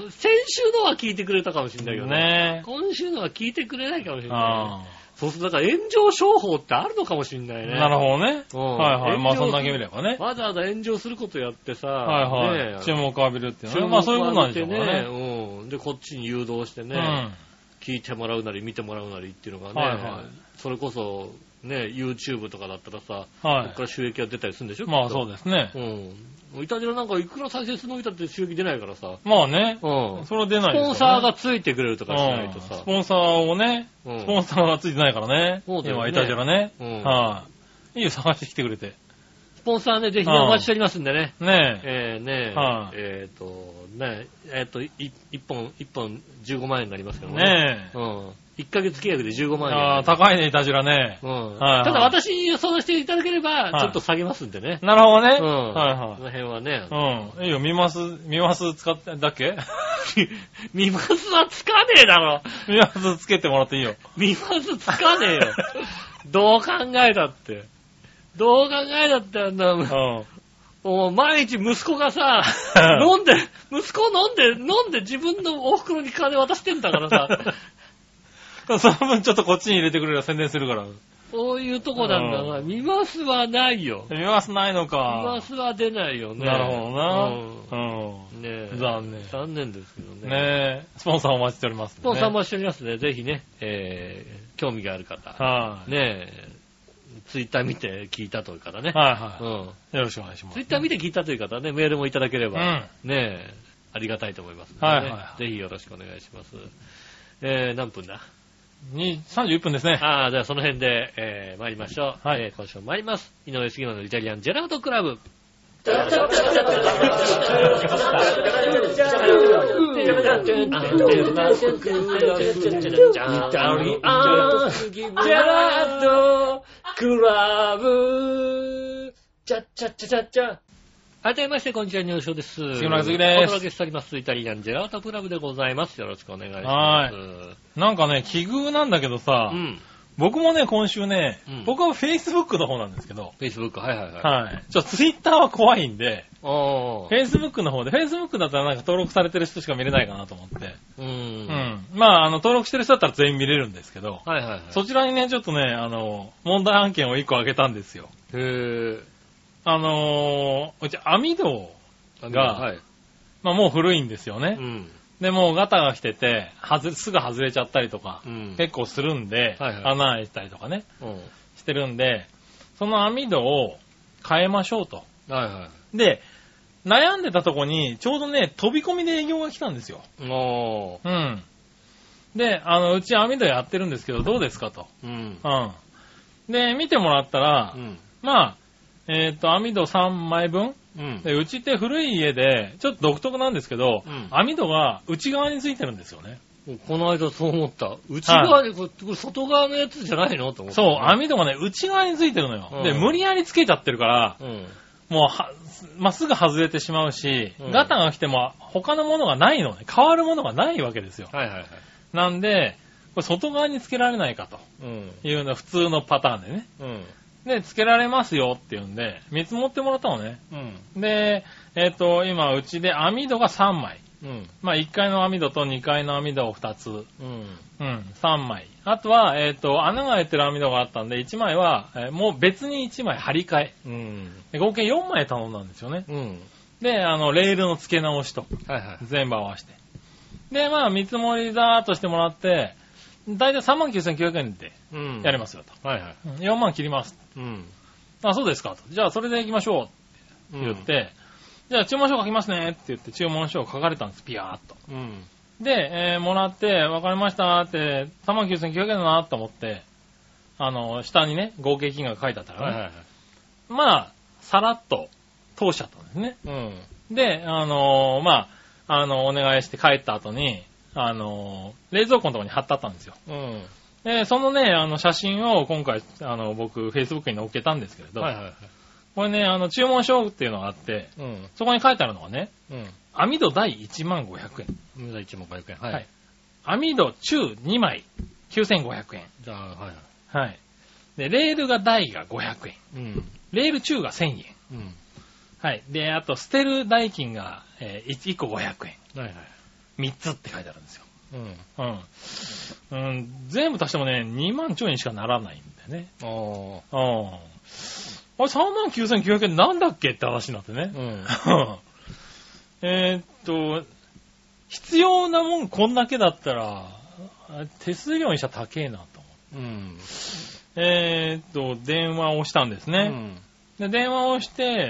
先週のは聞いてくれたかもしれないけどね。今週のは聞いてくれないかもしれない。そうすると、だから炎上商法ってあるのかもしれないね。 なるほどね。うん。はいはい。まあそんだけ見ればね。 わざわざ炎上することやってさ。 はいはい。注目を浴びるっていうね。まあそういうことなんでしょうね。 うん。で、こっちに誘導してね。うん。聞いてもらうなり見てもらうなりっていうのがね。はいはい。それこそ、ね、YouTube とかだったらさ、はい、ここから収益が出たりするんでしょ。 まあそうですね。 うん。イタジラなんかいくら再生するのいたって収益出ないからさ。 まあね。うん。それは出ないですよね。 スポンサーがついてくれるとかしないとさ。 スポンサーをね、スポンサーがついてないからね。そうだよね。今イタジラね。うん。はい。いいよ、探してきてくれて。 スポンサーね、ぜひお待ちしておりますんでね。 ねえ。えー、ねえ。はい。えっと、ねえ、えっと、いっぽん、いっぽんじゅうごまんえんになりますけどね。 ねえ。 うん。いっかげつ契約でじゅうごまんえん。 ああ、高いね、いたじらね。 うん。ただ私に予想していただければ、ちょっと下げますんでね。 なるほどね。 うん。はいはい。この辺はね。 うん。いいよ、見ます、見ます使って、だっけ見ますはつかねえだろ。 見ますつけてもらっていいよ。 見ますつかねえよ。どう考えたって。どう考えたってあんな、うん。もう毎日息子がさ、飲んで、息子飲んで、飲んで自分のお袋に金渡してんだからさ。 その分ちょっとこっちに入れてくれる宣伝するから。 そういうとこなんだな。見ますはないよ。 見ますないのか。 見ますは出ないよね。 なるほどな。うん。 ねえ。 残念。 残念ですけどね。 ねえ。スポンサーお待ちしております、ね。 スポンサーお待ちしておりますね。ぜひね、えー、興味がある方。はい。ねえ。ツイッター見て聞いたという方ね。 はいはい。うん。よろしくお願いします。 ツイッター見て聞いたという方はね、メールもいただければ、うん、ねえ、ありがたいと思いますので、ね。はいはい。ぜひよろしくお願いします。えー、何分だに、さんじゅういっぷんですね。 ああ、じゃあその辺で、えー、参りましょう。はい。えー、今週も参ります。井上杉村のイタリアンジェラートクラブ。改めまして、こんにちは、入賞です。 杉村杉です。 お届けしております、イタリアンジェラートクラブでございます。よろしくお願いします。はい。 なんかね、奇遇なんだけどさ、うん、僕もね、今週ね、うん、僕は Facebook の方なんですけど、 Facebook、はいはいはい。 はい。ちょっと Twitter は怖いんで、Facebook の方で、Facebook だったらなんか登録されてる人しか見れないかなと思って。うん。うん。まあ、あの、登録してる人だったら全員見れるんですけど、はいはいはい。そちらにね、ちょっとね、あの、問題案件をいっこあげたんですよ。へー。あのー、うち網戸が、はい、まあもう古いんですよね。うん。で、もうガタが来てて、外すぐ外れちゃったりとか、うん、結構するんで、はいはい、穴開いたりとかね、うん、してるんで、その網戸を変えましょうと。はいはい。で、悩んでたとこに、ちょうどね、飛び込みで営業が来たんですよ。おー。うん。で、あの、うち網戸やってるんですけど、どうですかと。うん。うん。で、見てもらったら、うん、まあ、えっと、網戸さんまいぶん、うん、で、うちって古い家で、ちょっと独特なんですけど、うん、網戸が内側についてるんですよね。 この間そう思った。内側に、これ外側のやつじゃないのと思って、 ね。そう、網戸がね、内側についてるのよ。うん、で、無理やりつけちゃってるから、うん、もうは、まっすぐ外れてしまうし、うん、ガタが来ても他のものがないのね。変わるものがないわけですよ。はいはいはい。なんで、これ外側につけられないかというのは普通のパターンでね。うんで、つけられますよっていうんで、見積もってもらったのね。うん、で、えっと、今、うちで網戸がさんまい。うん、まあ、いっかいの網戸とにかいの網戸をふたつ。うん。うん、さんまい。あとは、えっと、穴が開いてる網戸があったんで、いちまいは、えー、もう別にいちまい張り替え。うん。で合計よんまい頼んだんですよね。うん。で、あの、レールの付け直しと。はいはい。全部合わせて。で、まあ、見積もりだーっとしてもらって、だいたいさんまんきゅうせんきゅうひゃくえんでやりますよと。はいはい。よんまん切ります。うん。あ、そうですかと。じゃあそれで行きましょうって言って、うん、じゃあ注文書書きますねって言って注文書を書かれたんです。ピヤーっと。うん。で、えー、もらって、わかりましたって、さんまんきゅうせんきゅうひゃくえんだなと思って、あの、下にね、合計金額書いてあったからね。はいはいはい。 まあ、さらっと通しちゃったんですね。 うん。 で、あのー、まあ、あの、お願いして帰った後に、あのー、冷蔵庫のところに貼ってあったんですよ。 うん。 で、そのね、あの、写真を今回、あの、僕、Facebook に載っけたんですけれど、 はいはいはい。 これね、あの、注文書っていうのがあって、 うん。 そこに書いてあるのがね、 うん。 網戸大いちまんごひゃくえん。 網戸いちまんごひゃくえん。はい。 はい。網戸中にまい、きゅうせんごひゃくえん。 じゃあ、はいはい。 はい。で、レールが大がごひゃくえん。 うん。 レール中がせんえん。 うん。 はい。で、あと、捨てる代金が、えー、いっこごひゃくえん。 はいはい。 みっつって書いてあるんですよ。 うん。 うん。うん。全部足してもね、にまんちょいにしかならないんだよね。 ああ。うん。あれ、さんまんきゅうせんきゅうひゃくえんなんだっけって話になってね。 うん。 えーっと、必要なもんこんだけだったら、手数料にしたら高えなと思って。 うん。 えーっと、電話をしたんですね。 うん。 で、電話をして、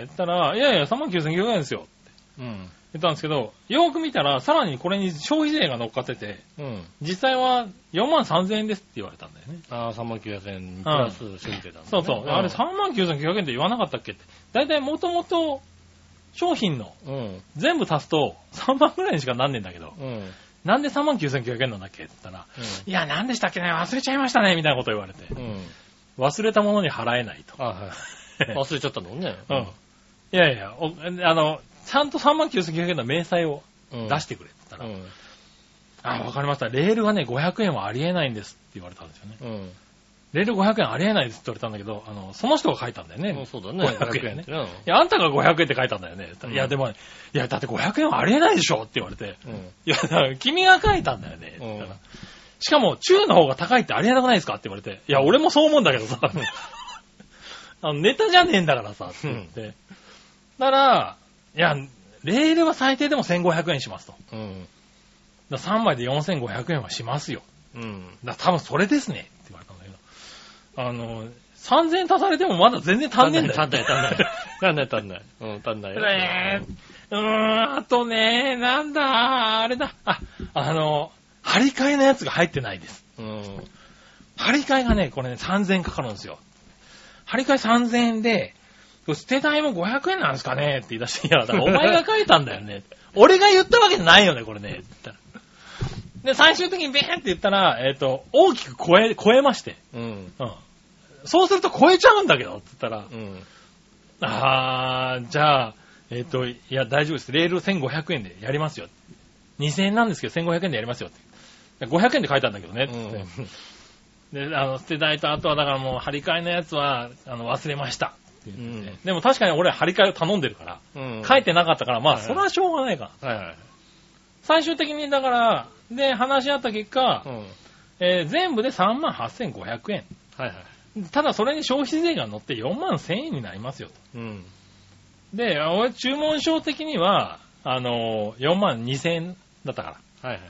たら、いやいや、さんまんきゅうせんきゅうひゃくえんですよってうん。 言ったんですけど、よーく見たら、さらにこれに消費税が乗っかってて、 うん。 実際はよんまんさんぜんえんですって言われたんだよね。 ああ、さんまんきゅうひゃくえんプラス消費税だ、ね。 そうそう。あれさんまんきゅうせんきゅうひゃくえんって言わなかったっけって。だいたいもともと商品の全部足すとさんまんぐらいにしかなんねえんだけど、 うん。 なんでさんまんきゅうせんきゅうひゃくえんなんだっけって言ったら、うん、いや、なんでしたっけね、忘れちゃいましたね、みたいなこと言われて。うん、忘れたものに払えないと。 あ、はい。忘れちゃったのね。 うん。いやいや、おあの、ちゃんとさんまんきゅうせんきゅうひゃくえんの明細を出してくれって言ったら、うん、あ、わかりました。レールはね、ごひゃくえんはありえないんですって言われたんですよね。うん。レールごひゃくえんありえないですって言われたんだけど、あの、その人が書いたんだよね。 うん、そうだね。 ごひゃくえんね。いや、あんたがごひゃくえんって書いたんだよね。うん、いや、でも、いや、だってごひゃくえんはありえないでしょって言われて。うん、いや、君が書いたんだよね。うん、しかも、中の方が高いってありえなくないですかって言われて。いや、俺もそう思うんだけどさ。あのネタじゃねえんだからさ、って言って。だから、いや、レールは最低でもせんごひゃくえんしますと。うん、ださんまいでよんせんごひゃくえんはしますよ。うん、だ多分それですね。って言われたんだけど。あの、さんぜんえん足されてもまだ全然足んねえんだよ。 足んない、足んない。足んない、足んない。うん、足んないよ。 えー、うーん、あとね、なんだ、あれだ。あ、あの、張り替えのやつが入ってないです。うん。張り替えがね、これね、さんぜんえんかかるんですよ。張り替えさんぜんえんで、捨て代もごひゃくえんなんですかねって言い出して、いや、だからお前が書いたんだよね。俺が言ったわけじゃないよね、これね。って言ったらで、最終的にベーンって言ったら、えっと、大きく超え、超えまして。うん。うん。そうすると超えちゃうんだけど、って言ったら、うん。あー、じゃあ、えっと、いや、大丈夫です。レールせんごひゃくえんでやりますよ。にせんえんなんですけど、せんごひゃくえんでやりますよ。って。ごひゃくえんで書いたんだけどね、って言って。うん、で、あの、捨て代と、あとはだからもう、張り替えのやつは、あの、忘れました。って言って、うん、でも確かに俺は張り替えを頼んでるから、うん、書いてなかったから、まあ、はいはい、それはしょうがないから。はいはい、最終的に、だから、で、話し合った結果、うん、えー、全部でさんまんはっせんごひゃくえん。はいはい。ただそれに消費税が乗ってよんまんせんえんになりますよと。うん、で、俺注文書的には、あのー、よんまんにせんえんだったから。はいはい。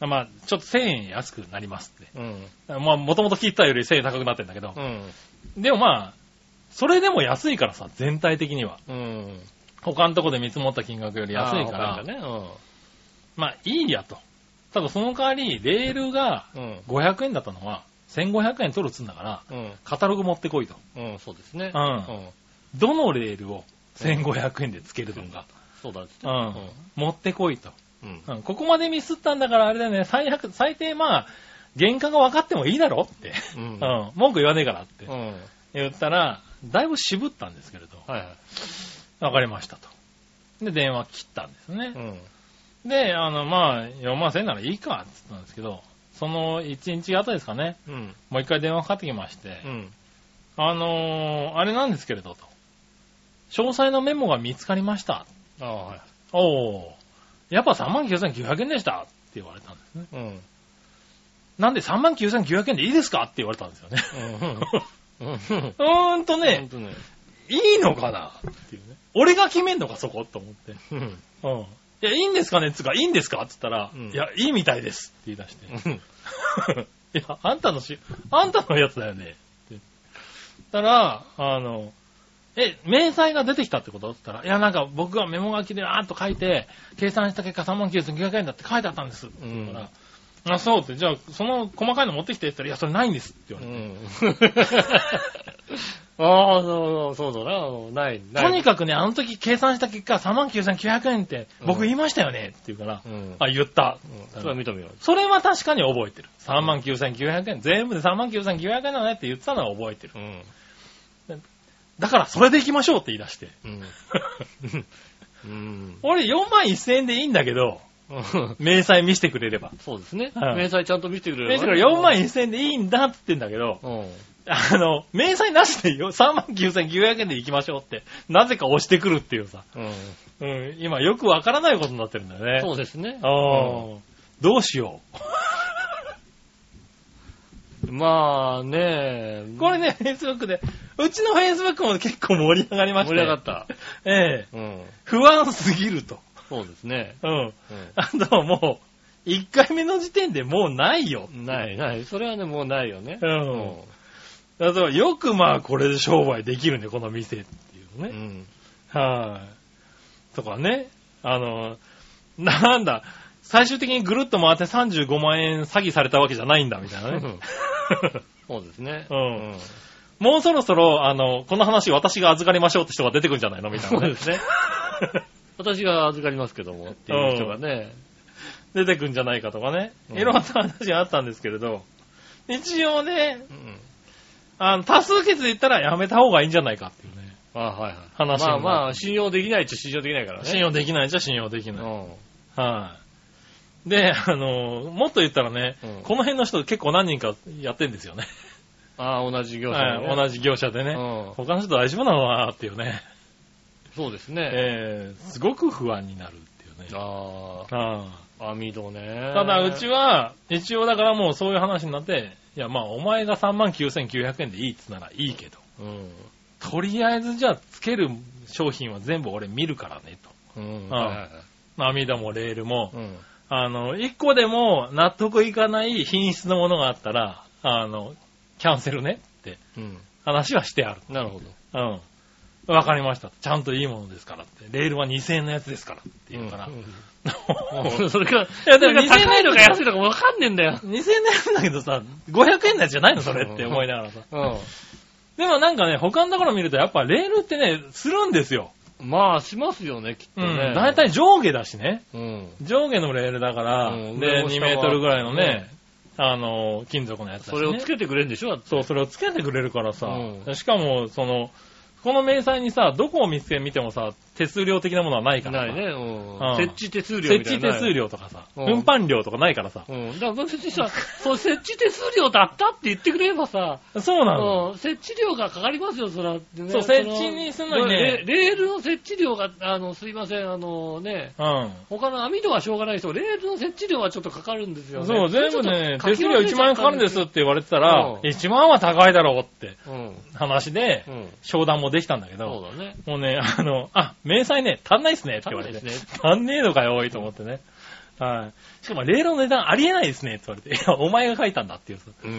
まあ、ちょっとせんえん安くなりますって。うん。まあ、もともと聞いたよりせんえん高くなってんだけど。うん。でもまあ、それでも安いからさ、全体的には。うん。他のとこで見積もった金額より安いから。ね、うん。まあ、いいやと。ただその代わり、レールがごひゃくえんだったのは、せんごひゃくえん取るっつんだから、うん、カタログ持ってこいと。 うん、そうですね。 うん。うん、どのレールをせんごひゃくえんでつけるのか。 そうだ、ね、 うん。持ってこいと。うんうん。ここまでミスったんだからあれだよね、最悪、最低まあ、原価が分かってもいいだろって。うん。うん。文句言わねえからって。うん。言ったら、だいぶ渋ったんですけれど。はいはい。分かりましたと。で、電話切ったんですね。うん。で、あの、まあ、よんまんせんえんならいいかって言ったんですけど、そのいちにち後ですかね。うん。もう一回電話かかってきまして。うん。あのー、あれなんですけれどと。詳細のメモが見つかりました。ああ、はい。おー。やっぱさんまんきゅうせんきゅうひゃくえんでしたって言われたんですね。うん。なんでさんまんきゅうせんきゅうひゃくえんでいいですかって言われたんですよね。うん。うーんとね、ねいいのかなっていうね。俺が決めんのかそこと思って。うん。うん。いや、いいんですかねつうか、いいんですかって言ったら、うん、いや、いいみたいですって言い出して。うん、いや、あんたのし、あんたのやつだよね。って言ったら、あの、え、明細が出てきたってことって言ったら、いや、なんか僕がメモ書きであーっと書いて、計算した結果さんまんきゅうせんきゅうひゃくえんだって書いてあったんです。って言ったら、うん、あ、そうって、じゃあ、その細かいの持ってきてって言ったら、いや、それないんですって言われて。うん、 ああ、そう、そうだな。ない、ない。 とにかくね、あの時計算した結果、さんまんきゅうせんきゅうひゃくえんって僕言いましたよねって言うから、うん、あ、言った。 うん、それは認めよう。 それは確かに覚えてる。さんまんきゅうせんきゅうひゃくえん。全部でさんまんきゅうせんきゅうひゃくえんだねって言ってたのは覚えてる。うん、だからそれで行きましょうって言い出して。うんうん、俺よんまんせんえんでいいんだけど、明細見せてくれれば。 そうですね。うん、明細ちゃんと見せてくれれば、ね。 明細よんまんせんえんでいいんだって言ってんだけど、うん、あの、明細なしでいいよ。さんまんきゅうせんきゅうひゃくえんで行きましょうって、なぜか押してくるっていうさ。うん。うん、今よくわからないことになってるんだよね。 そうですね。 ああ、うん、どうしよう。まあね、 これね、Facebook で、うちの Facebook も結構盛り上がりました。 盛り上がった。 ええ、うん。不安すぎると。 そうですね。 うん。うん、あともう、いっかいめの時点でもうないよ。 ない、ない。それはね、もうないよね。 うん。うん、だからよくまあこれで商売できるね、この店っていうね。うん。はい、とかね。あの、なんだ、最終的にぐるっと回ってさんじゅうごまんえん詐欺されたわけじゃないんだ、みたいなね。 そうですね。 うん。うん、もうそろそろ、あの、この話私が預かりましょうって人が出てくるんじゃないのみたいな、ね。 そうですね。私が預かりますけどもっていう人がね、 うん、出てくるんじゃないかとかね。いろんな話があったんですけれど、一応ね、うん、あの多数決で言ったらやめた方がいいんじゃないかっていうね。 あ、はいはい。 話まあまあ、信用できないっちゃ信用できないからね。 信用できないっちゃ信用できない。うん、はい。で、あの、もっと言ったらね、うん、この辺の人結構何人かやってんですよね。 ああ、同じ業者で、ね、 はい。同じ業者でね。うん、他の人大丈夫なのかなっていうね。 そうですね。 えー、すごく不安になるっていうね。 ああ。ああ。網戸ね。 ただ、うちは、一応だからもうそういう話になって、いや、まあ、お前がさんまんきゅうせんきゅうひゃくえんでいいっつならいいけど、うん、とりあえずじゃあ、つける商品は全部俺見るからね、と。うん。はいはいはい。網戸もレールも、うん、あの、一個でも納得いかない品質のものがあったら、あの、キャンセルねって、話はしてある。 なるほど。 うん。わかりました。ちゃんといいものですからって。レールはにせんえんのやつですからって言うから。 うんうん、それが、いやでも高いのか安いのかわかんねえんだよ。 にせんえんのやつだけどさ、ごひゃくえんのやつじゃないのそれって思いながらさ。うん、でもなんかね、他のところ見るとやっぱレールってね、するんですよ。 まあ、しますよね、きっとね。 うん。だいたい上下だしね。うん、上下のレールだから、うん、で、にメートルぐらいのね、うん、あの、金属のやつだし、ね。 それをつけてくれるんでしょ？ そう、それをつけてくれるからさ。うん、しかも、その、この明細にさ、どこを見つけ見てもさ、手数料的なものはないからさ。ないね。うん。設置手数料みたいな。 設置手数料とかさ、運搬料とかないからさ。 うん。だから別にさ、そう設置手数料だったって言ってくれればさ、 そうなの。 うん。設置料がかかりますよ、そら、ね。 そう、設置にすんのにね。 レールの設置料が、あの、すいません、あのね、うん。他の網戸はしょうがない人、レールの設置料はちょっとかかるんですよね。 そう、全部ね、手数料いちまん円かかるんですって言われてたら、いちまんは高いだろうって、話で、商談もできたんだけど、 そうだね。 もうね、あの、あ、明細ね、足んないっすねって言われて。足んないっすね。足んねえのかよ、おいと思ってね。はい。しかも、レールの値段ありえないですねって言われて。いや、お前が書いたんだっていう。うん。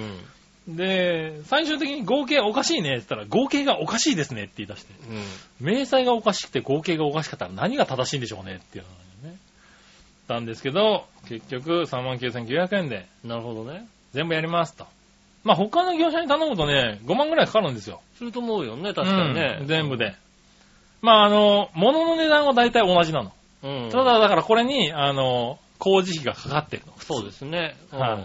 で、最終的に合計おかしいねって言ったら、合計がおかしいですねって言い出して。うん。明細がおかしくて合計がおかしかったら何が正しいんでしょうねっていうのね。たんですけど、結局、さんまんきゅうせんきゅうひゃくえんで。 なるほどね。 全部やりますと。まあ、他の業者に頼むとね、ごまんぐらいかかるんですよ。 すると思うよね、確かにね。 うん、全部で。まあ、あの、物の値段は大体同じなの。うん。ただ、だからこれに、あの、工事費がかかってるの。 そうですね。 はい、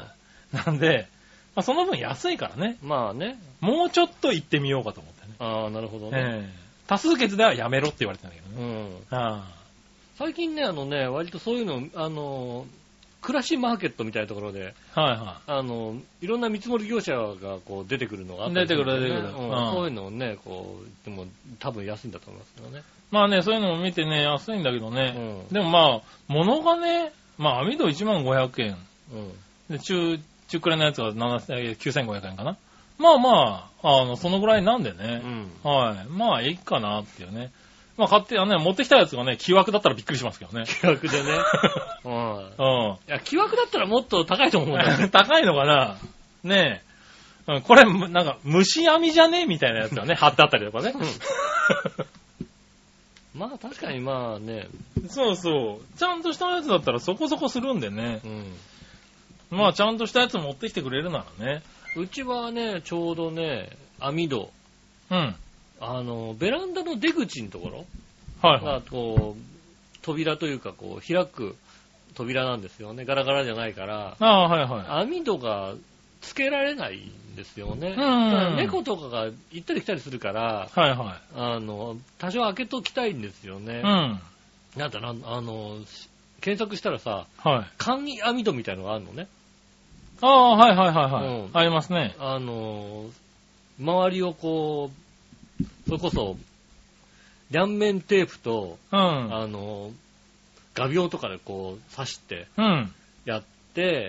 あ。なんで、まあ、その分安いからね。 まあね。 もうちょっと行ってみようかと思ってね。 ああ、なるほどね。えー、多数決ではやめろって言われてたんだけどね。うん。ああ。最近ね、あのね、割とそういうの、あの、暮らしマーケットみたいなところで、はいはい。あの、いろんな見積もり業者がこう出てくるのがあったりする、ね。出てくる、出てくる。うん。そういうのをね、こう、でも多分安いんだと思いますけどね。 まあね、そういうのも見てね、安いんだけどね。うん、でもまあ、物がね、まあ、網戸いちまんごひゃくえん。うん。で、中、中くらいのやつがきゅうせんごひゃくえんかな。まあまあ、あの、そのぐらいなんでね。うん。はい。まあ、いいかなっていうね。まあ、買って、あのね、持ってきたやつがね、木枠だったらびっくりしますけどね。 木枠でね。うん。うん。いや、木枠だったらもっと高いと思うんだよね。 高いのかなねえ。うん、これ、なんか、虫網じゃねみたいなやつがね、貼ってあったりとかね。うんまあ確かにまあね。 そうそう。ちゃんとしたやつだったらそこそこするんでね。うん。まあちゃんとしたやつ持ってきてくれるならね。 うちはね、ちょうどね、網戸。 うん。 あの、ベランダの出口のところはいはい。 が、こう、扉というか、こう、開く扉なんですよね。ガラガラじゃないから。 ああ、はいはい。 網戸がつけられないんですよね。 うん。 猫とかが行ったり来たりするから、 はいはい。 あの、多少開けときたいんですよね。 うん。 なんだな、あの、検索したらさ、 はい。 簡易網戸みたいなのがあるのね。 ああ、はいはいはいはい。 うん、 ありますね。 あの、周りをこう、それこそ、両面テープと、 うん。 あの、画鋲とかでこう刺して、 うん。 やって、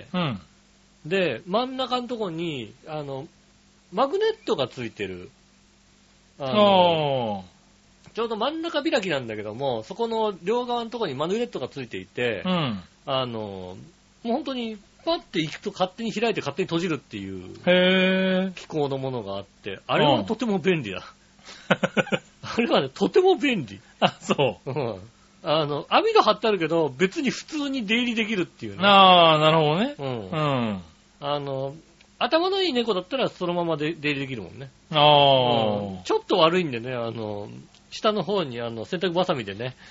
うん。 で、真ん中のところに、あの、マグネットがついてる。あのちょうど真ん中開きなんだけども、そこの両側のところにマグネットがついていて、 うん。 あの、もう本当にパッて行くと勝手に開いて勝手に閉じるっていうへー機構のものがあって、あれはとても便利だ。あれはね、とても便利。 あ、そう。 うん。あの、網戸張ってあるけど、別に普通に出入りできるっていうね。 ああ、なるほどね。 うん。 うん。 あの、頭のいい猫だったらそのままで出入りできるもんね。 ああ、 うん。ちょっと悪いんでね、あの、下の方にあの洗濯バサミでね、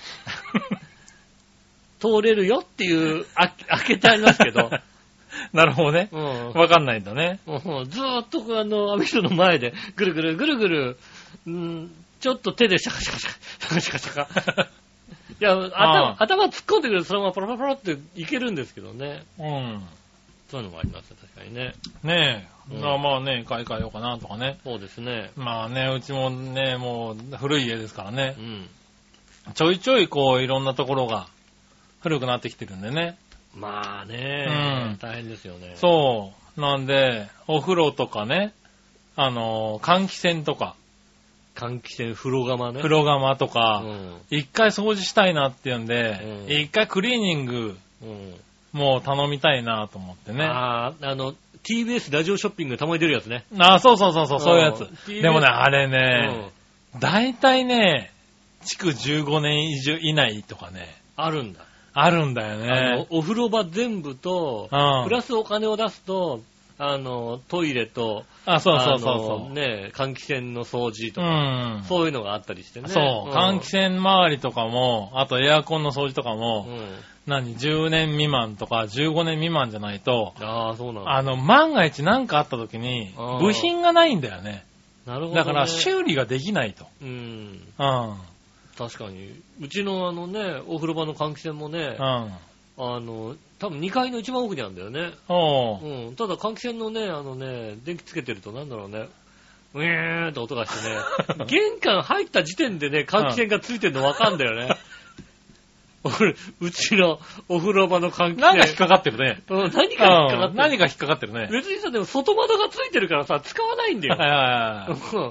通れるよっていう、あ開けてありますけど。 なるほどね。 うん。 わかんないんだね。 うん、ずーっとあの、網戸の前で、ぐるぐるぐるぐる、うん、ちょっと手でシャカシャカシャカシャカシャカシャカ。いや、頭、頭突っ込んでくるとそのままパラパラパラっていけるんですけどね。 うん。 そういうのもありますね、確かにね。 ねえ。 うん、 まあね、買い替えようかなとかね。 そうですね。 まあね、うちもね、もう古い家ですからね。 うん。 ちょいちょいこう、いろんなところが古くなってきてるんでね。 まあね、うん、大変ですよね。 そう。なんで、お風呂とかね、あの、換気扇とか。 換気扇、風呂釜ね。 風呂釜とか、一、うん、回掃除したいなっていうんで、一、うん、回クリーニング、うん、もう頼みたいなと思ってね。 ああ、あの、ティービーエス ラジオショッピングたまに出るやつね。 ああ、そうそうそうそう、そういうやつ。でもね、あれね、だいたいね、築じゅうごねん以上以内とかね。 あるんだ。 あるんだよね。 あの、お風呂場全部と、うん、プラスお金を出すと、あの、トイレと、 あ、そうそうそうそう。 ね、換気扇の掃除とか、うん、そういうのがあったりしてね。 そう、うん、換気扇周りとかも、あとエアコンの掃除とかも、うん、何、じゅうねん未満とかじゅうごねん未満じゃないと、 ああ、そうなんだ。 あの、万が一何かあった時に、部品がないんだよね。 なるほど、ね。 だから修理ができないと。 うん。 うん。 確かに。うちのあのね、お風呂場の換気扇もね、 うん。 あの、多分にかいの一番奥にあるんだよね。 おうん。ただ換気扇のね、あのね、電気つけてるとなんだろうね、ウィーンって音がしてね、玄関入った時点でね、換気扇がついてるのわかんだよね。俺、うちのお風呂場の換気扇。 何か引っかかってるね。 うん、何か引っかかってる。 何か引っかかってるね。 別にさ、でも外窓がついてるからさ、使わないんだよ。 はいはいはい。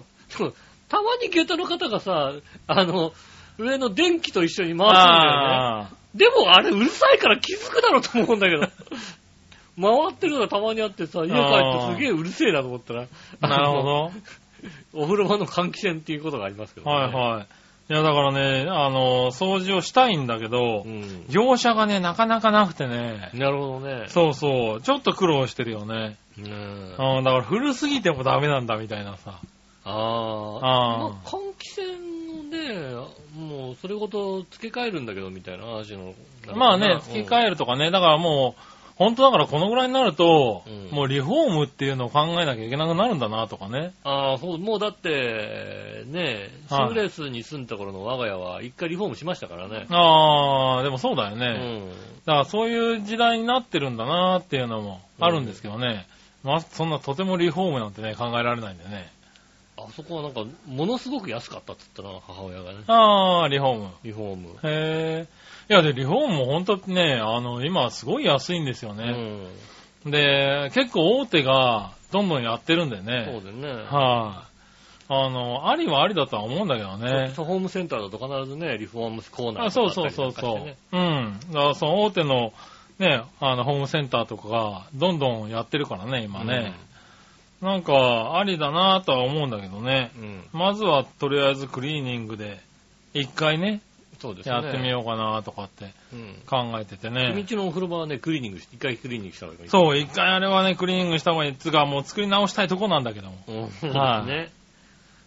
たまに下駄の方がさ、あの、上の電気と一緒に回すんだよね。でもあれうるさいから気づくだろうと思うんだけど。回ってるのがたまにあってさ、家帰ってすげえうるせえなと思ったら。 なるほど。 お風呂場の換気扇っていうことがありますけどね。 はいはい。いやだからね、あの、掃除をしたいんだけど、うん、業者がね、なかなかなくてね。 なるほどね。 そうそう。ちょっと苦労してるよね。 うん。 うん、だから古すぎてもダメなんだみたいなさ。 ああ。まあ、換気扇のね、もうそれごと付け替えるんだけどみたいな話の。 まあね、付け替えるとかね、だからもう、本当だからこのぐらいになると、うん、もうリフォームっていうのを考えなきゃいけなくなるんだなとかね。 ああ、そう、もうだって、ね、シングレースに住んだ頃の我が家は一回リフォームしましたからね。 ああ、でもそうだよね。 うん、 だからそういう時代になってるんだなっていうのもあるんですけどね。うん、まあ、そんなとてもリフォームなんてね、考えられないんでね。 あそこはなんか、ものすごく安かったって言ったな、母親がね。 ああ、リフォーム。 リフォーム。 へえ。いや、で、リフォームも本当にね、あの、今すごい安いんですよね。うん、で、結構大手がどんどんやってるんでね。 そうだよね。 はい、あ、あの、ありはありだとは思うんだけどね。 ホームセンターだと必ずね、リフォームコーナーとか、ね。 あ、そうそうそうそう。うん。だからその大手のね、あの、ホームセンターとかがどんどんやってるからね、今ね。うん、なんか、ありだなとは思うんだけどね。うん、まずはとりあえずクリーニングで一回ね、 そうですね、 やってみようかなとかって考えててね。 君んちのお風呂場はね、クリーニングして、一回クリーニングした方がいい。 そう、一回あれはね、クリーニングした方がいい。つがもう作り直したいとこなんだけども。 うん、はい、ね。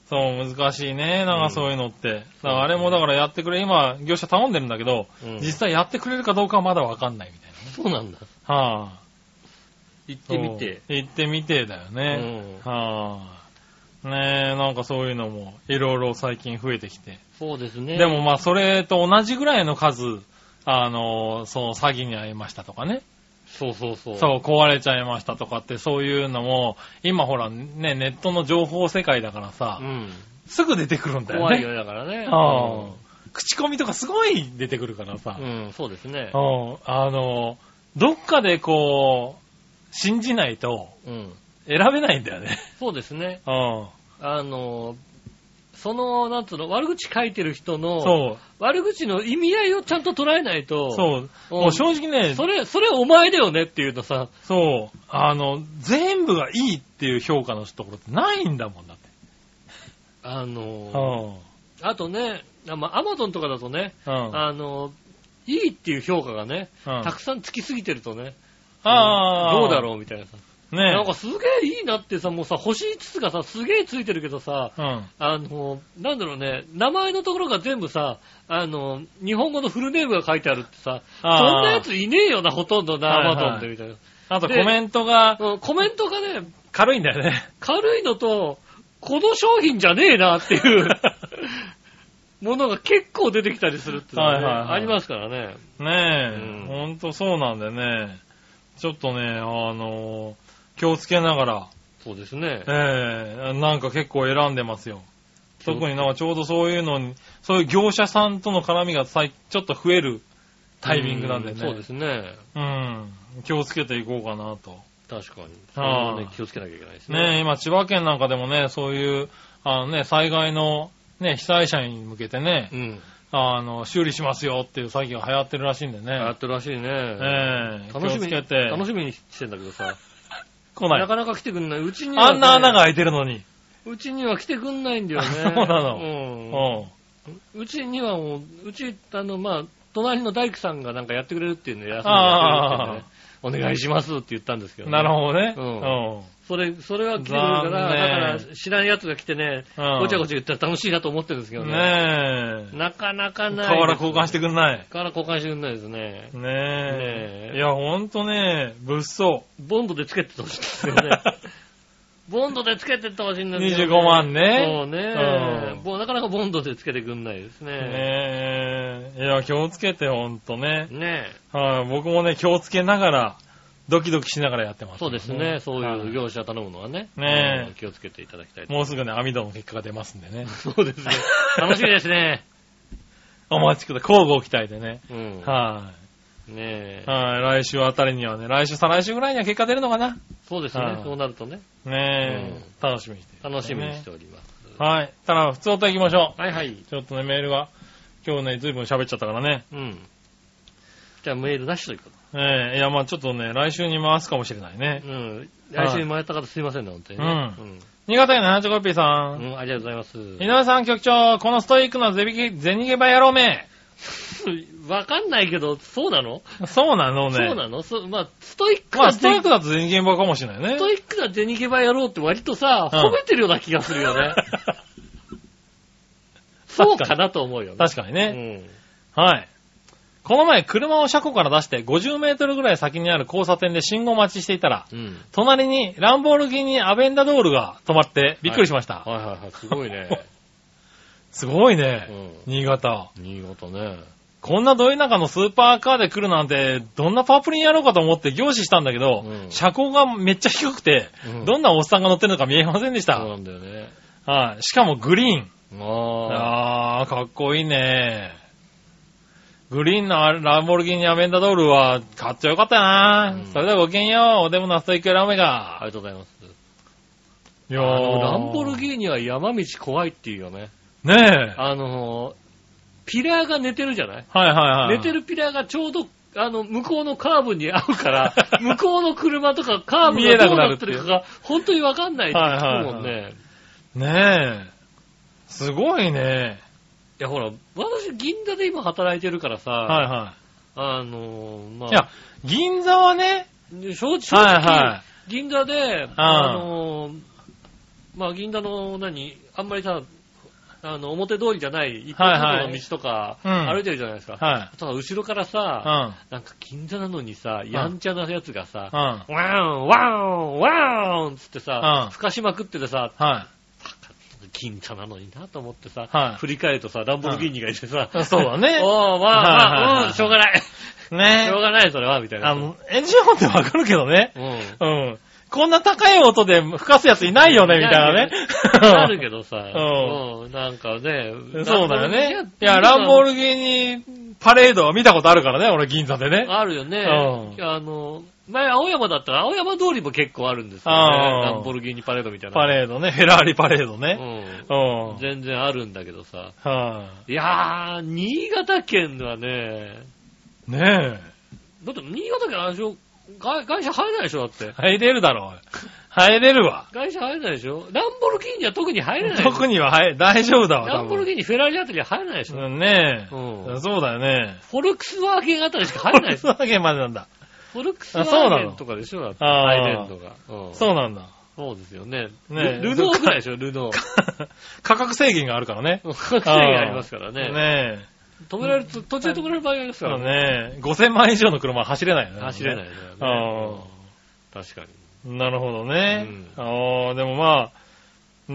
そう、難しいね。なんかそういうのって。うん、だからあれもだからやってくれ、今、業者頼んでるんだけど、うん、実際やってくれるかどうかはまだわかんないみたいな、ね。 そうなんだ。 はぁ、あ。 行ってみて。 行ってみてだよね。うん、はぁ、あ。ねえ、なんかそういうのも、いろいろ最近増えてきて。 そうですね。 でもまあ、それと同じぐらいの数、あの、その詐欺に遭いましたとかね。 そうそうそう。 そう、壊れちゃいましたとかって、そういうのも、今ほら、ね、ネットの情報世界だからさ、うん、すぐ出てくるんだよね。 怖いよ、だからね。 あ、うん、口コミとかすごい出てくるからさ。 うん、そうですね。 うん、あの、どっかでこう、信じないと、選べないんだよね。 そうですね。 うん。 あの、その、なんつうの、悪口書いてる人の、そう。悪口の意味合いをちゃんと捉えないと。 そう。もう正直ね。 それ、それお前だよねっていうのさ。 そう。あの、全部がいいっていう評価のところってないんだもんだって。 あの、うん、あとね、まあ、アマゾンとかだとね、うん、あの、いいっていう評価がね、うん、たくさんつきすぎてるとね、 あどうだろうみたいなさ。ね、なんかすげえいいなってさ、もうさ、星いつつがさ、すげえついてるけどさ、うん、あの、なんだろうね、名前のところが全部さ、あの、日本語のフルネームが書いてあるってさ、そんなやついねえよな、ほとんどな、アマゾンでみたいな。 あとコメントが、 うん、コメントがね、 軽いんだよね。 軽いのと、この商品じゃねえなっていうものが結構出てきたりするっていうのが、ね、はいはいはい、ありますからね。 ねえ、うん、ほんとそうなんだよね。ちょっとね、あのー、気をつけながら。 そうですね。 ええー、なんか結構選んでますよ。特になんかちょうどそういうのに、そういう業者さんとの絡みがちょっと増えるタイミングなんでね。 そうですね。 うん。気をつけていこうかなと。 確かに。それはね、気をつけなきゃいけないですね。 ねえ、今千葉県なんかでもね、そういう、あのね、災害のね、被災者に向けてね、うん、あの、修理しますよっていう詐欺が流行ってるらしいんでね。 流行ってるらしいね。 ええー、 楽しみに、 気をつけて。 楽しみにしてんだけどさ。 来ない。 なかなか来てくんない。うちには、ね、 あんな穴が開いてるのに。 うちには来てくんないんだよね。 そうなの。 うん。うちにはもう、うち、あの、まあ、隣の大工さんがなんかやってくれるっていうんで、休んでやってくれるっていうんで、ね、お願いしますって言ったんですけど、ね。 なるほどね。 うん。うん、それ、それは来てくるから、だから知らん奴が来てね、うん、ごちゃごちゃ言ったら楽しいなと思ってるんですけどね。 ねえ。 なかなかない。 瓦交換してくんない。 瓦交換してくんないですね。 ねえ。ねえ。いや、ほんとね、物騒。 ボンドでつけてってほしいですよね。ボンドでつけてってほしいんだけど、ね。 にじゅうごまんね。 そうね、うん。なかなかボンドでつけてくんないですね。 ねえ。いや、気をつけてほんとね。 ねえ。はい、僕もね、気をつけながら、ドキドキしながらやってます、ね。 そうですね。そういう業者頼むのはね。 ねえ、うん。 気をつけていただきたいともうすぐね、網戸の結果が出ますんでね。 そうですね。楽しみですね。 お待ちください。交互期待でね。 うん。 はい、 ねえ。 はい、来週あたりにはね、来週、再来週ぐらいには結果出るのかな。 そうですね。そうなるとね。 ねえ、うん、楽しみにして、 ね。楽しみにしております。 はい。ただ、普通歌行きましょう。はいはい。 ちょっとね、メールが、今日ね、ずいぶん喋っちゃったからね。 うん。じゃあメールなしということ。 ええー、いや、まあちょっとね、来週に回すかもしれないね。 うん。来週に回った方すいませんね、本当にね。 うん。うん、新潟県のななちょこっぴーさん。 うん、ありがとうございます。 井上さん局長、このストイックなゼビキ、ゼニゲバ野郎め。 わかんないけど、そうなの？ そうなのね。 そうなの？そまあ、ストイックな。まあ、ストイックだとゼニゲバかもしれないね。 ストイックなゼニゲバ野郎って割とさ、うん、褒めてるような気がするよね。そうかなと思うよね。 確かにね。うん。はい。この前、車を車庫から出してごじゅうメートルぐらい先にある交差点で信号待ちしていたら、うん、隣にランボルギーニアベンダドールが止まってびっくりしました。 はい、はいはいはい、すごいね。 すごいね、うん、新潟。 新潟ね。 こんなど田舎のスーパーカーで来るなんて、どんなパープリンやろうかと思って凝視したんだけど、うん、車高がめっちゃ低くて、うん、どんなおっさんが乗ってるのか見えませんでした。 そうなんだよね。 はい、しかもグリーン。 ああー、かっこいいね。グリーンのランボルギーニアベンダドールは買っちゃよかったな、うん、それではごきげんよう。おでもなストイックラメが。 ありがとうございます。 いやー、 あのランボルギーニは山道怖いっていうよね。 ねえ。 あの、ピラーが寝てるじゃない？ はいはいはい。 寝てるピラーがちょうど、あの、向こうのカーブに合うから、向こうの車とかカーブがどうなってるかが本当にわかんないって言うもんね。はいはいはい、 ねえ。すごいね。 いやほら、私銀座で今働いてるからさ、 はいはい。 あのー、まあ。 いや、銀座はね、 正直、はいはい、銀座で、あのー、 まあ銀座の何、あんまりさ、あの、表通りじゃない、一般の道とか、歩いてるじゃないですか。はい。ただ後ろからさ、うん、なんか銀座なのにさ、やんちゃなやつがさ、うん、ワーン、ワーン、ワーンつってさ、うん、吹かしまくっててさ、はい。銀座なのになと思ってさ、はい、振り返るとさ、ランボルギーニがいてさ、 うん、そうだね。 おー、まあまあ、うん、しょうがない。ねしょうがない、それは、みたいな。 あの、エンジン音ってわかるけどね。うん。うん。こんな高い音で吹かすやついないよね、みたいなね。 あるけどさ、うん、なんかね。 そうだよね。いや、ランボルギーニパレードは見たことあるからね、俺銀座でね。 あるよね。うん、あの、前青山だったら青山通りも結構あるんですよね。ランボルギーニパレードみたいな。 パレードね、フェラーリパレードね。 うん。うん、全然あるんだけどさ。はあ、いやー、新潟県はね。 ねえ。 だって新潟県あれでしょ、外車入れないでしょだって。 入れるだろう。入れるわ。 外車入れないでしょ。ランボルギーニは特に入れない。 特には入大丈夫だわ。 ランボルギーニ、フェラーリあたりは入れないでしょ。 うんねえ。うん。そうだよね。 フォルクスワーゲンあたりしか入れないでしょ。フォルクスワーゲンまでなんだ。 フォルクスワーゲンとかでしょだって。入れるのが。 うん。そうなんだ。 そうですよね。ねルノーぐらいでしょ、ルノー。 価格制限があるからね。 価格制限ありますからね。 ねえ。 止められる、途中で止められる場合がありますからね。ねごせんまん以上の車は走れないよね。 走れないよね。あ確かに。なるほどね。うん、ああ、でもまあ、うん、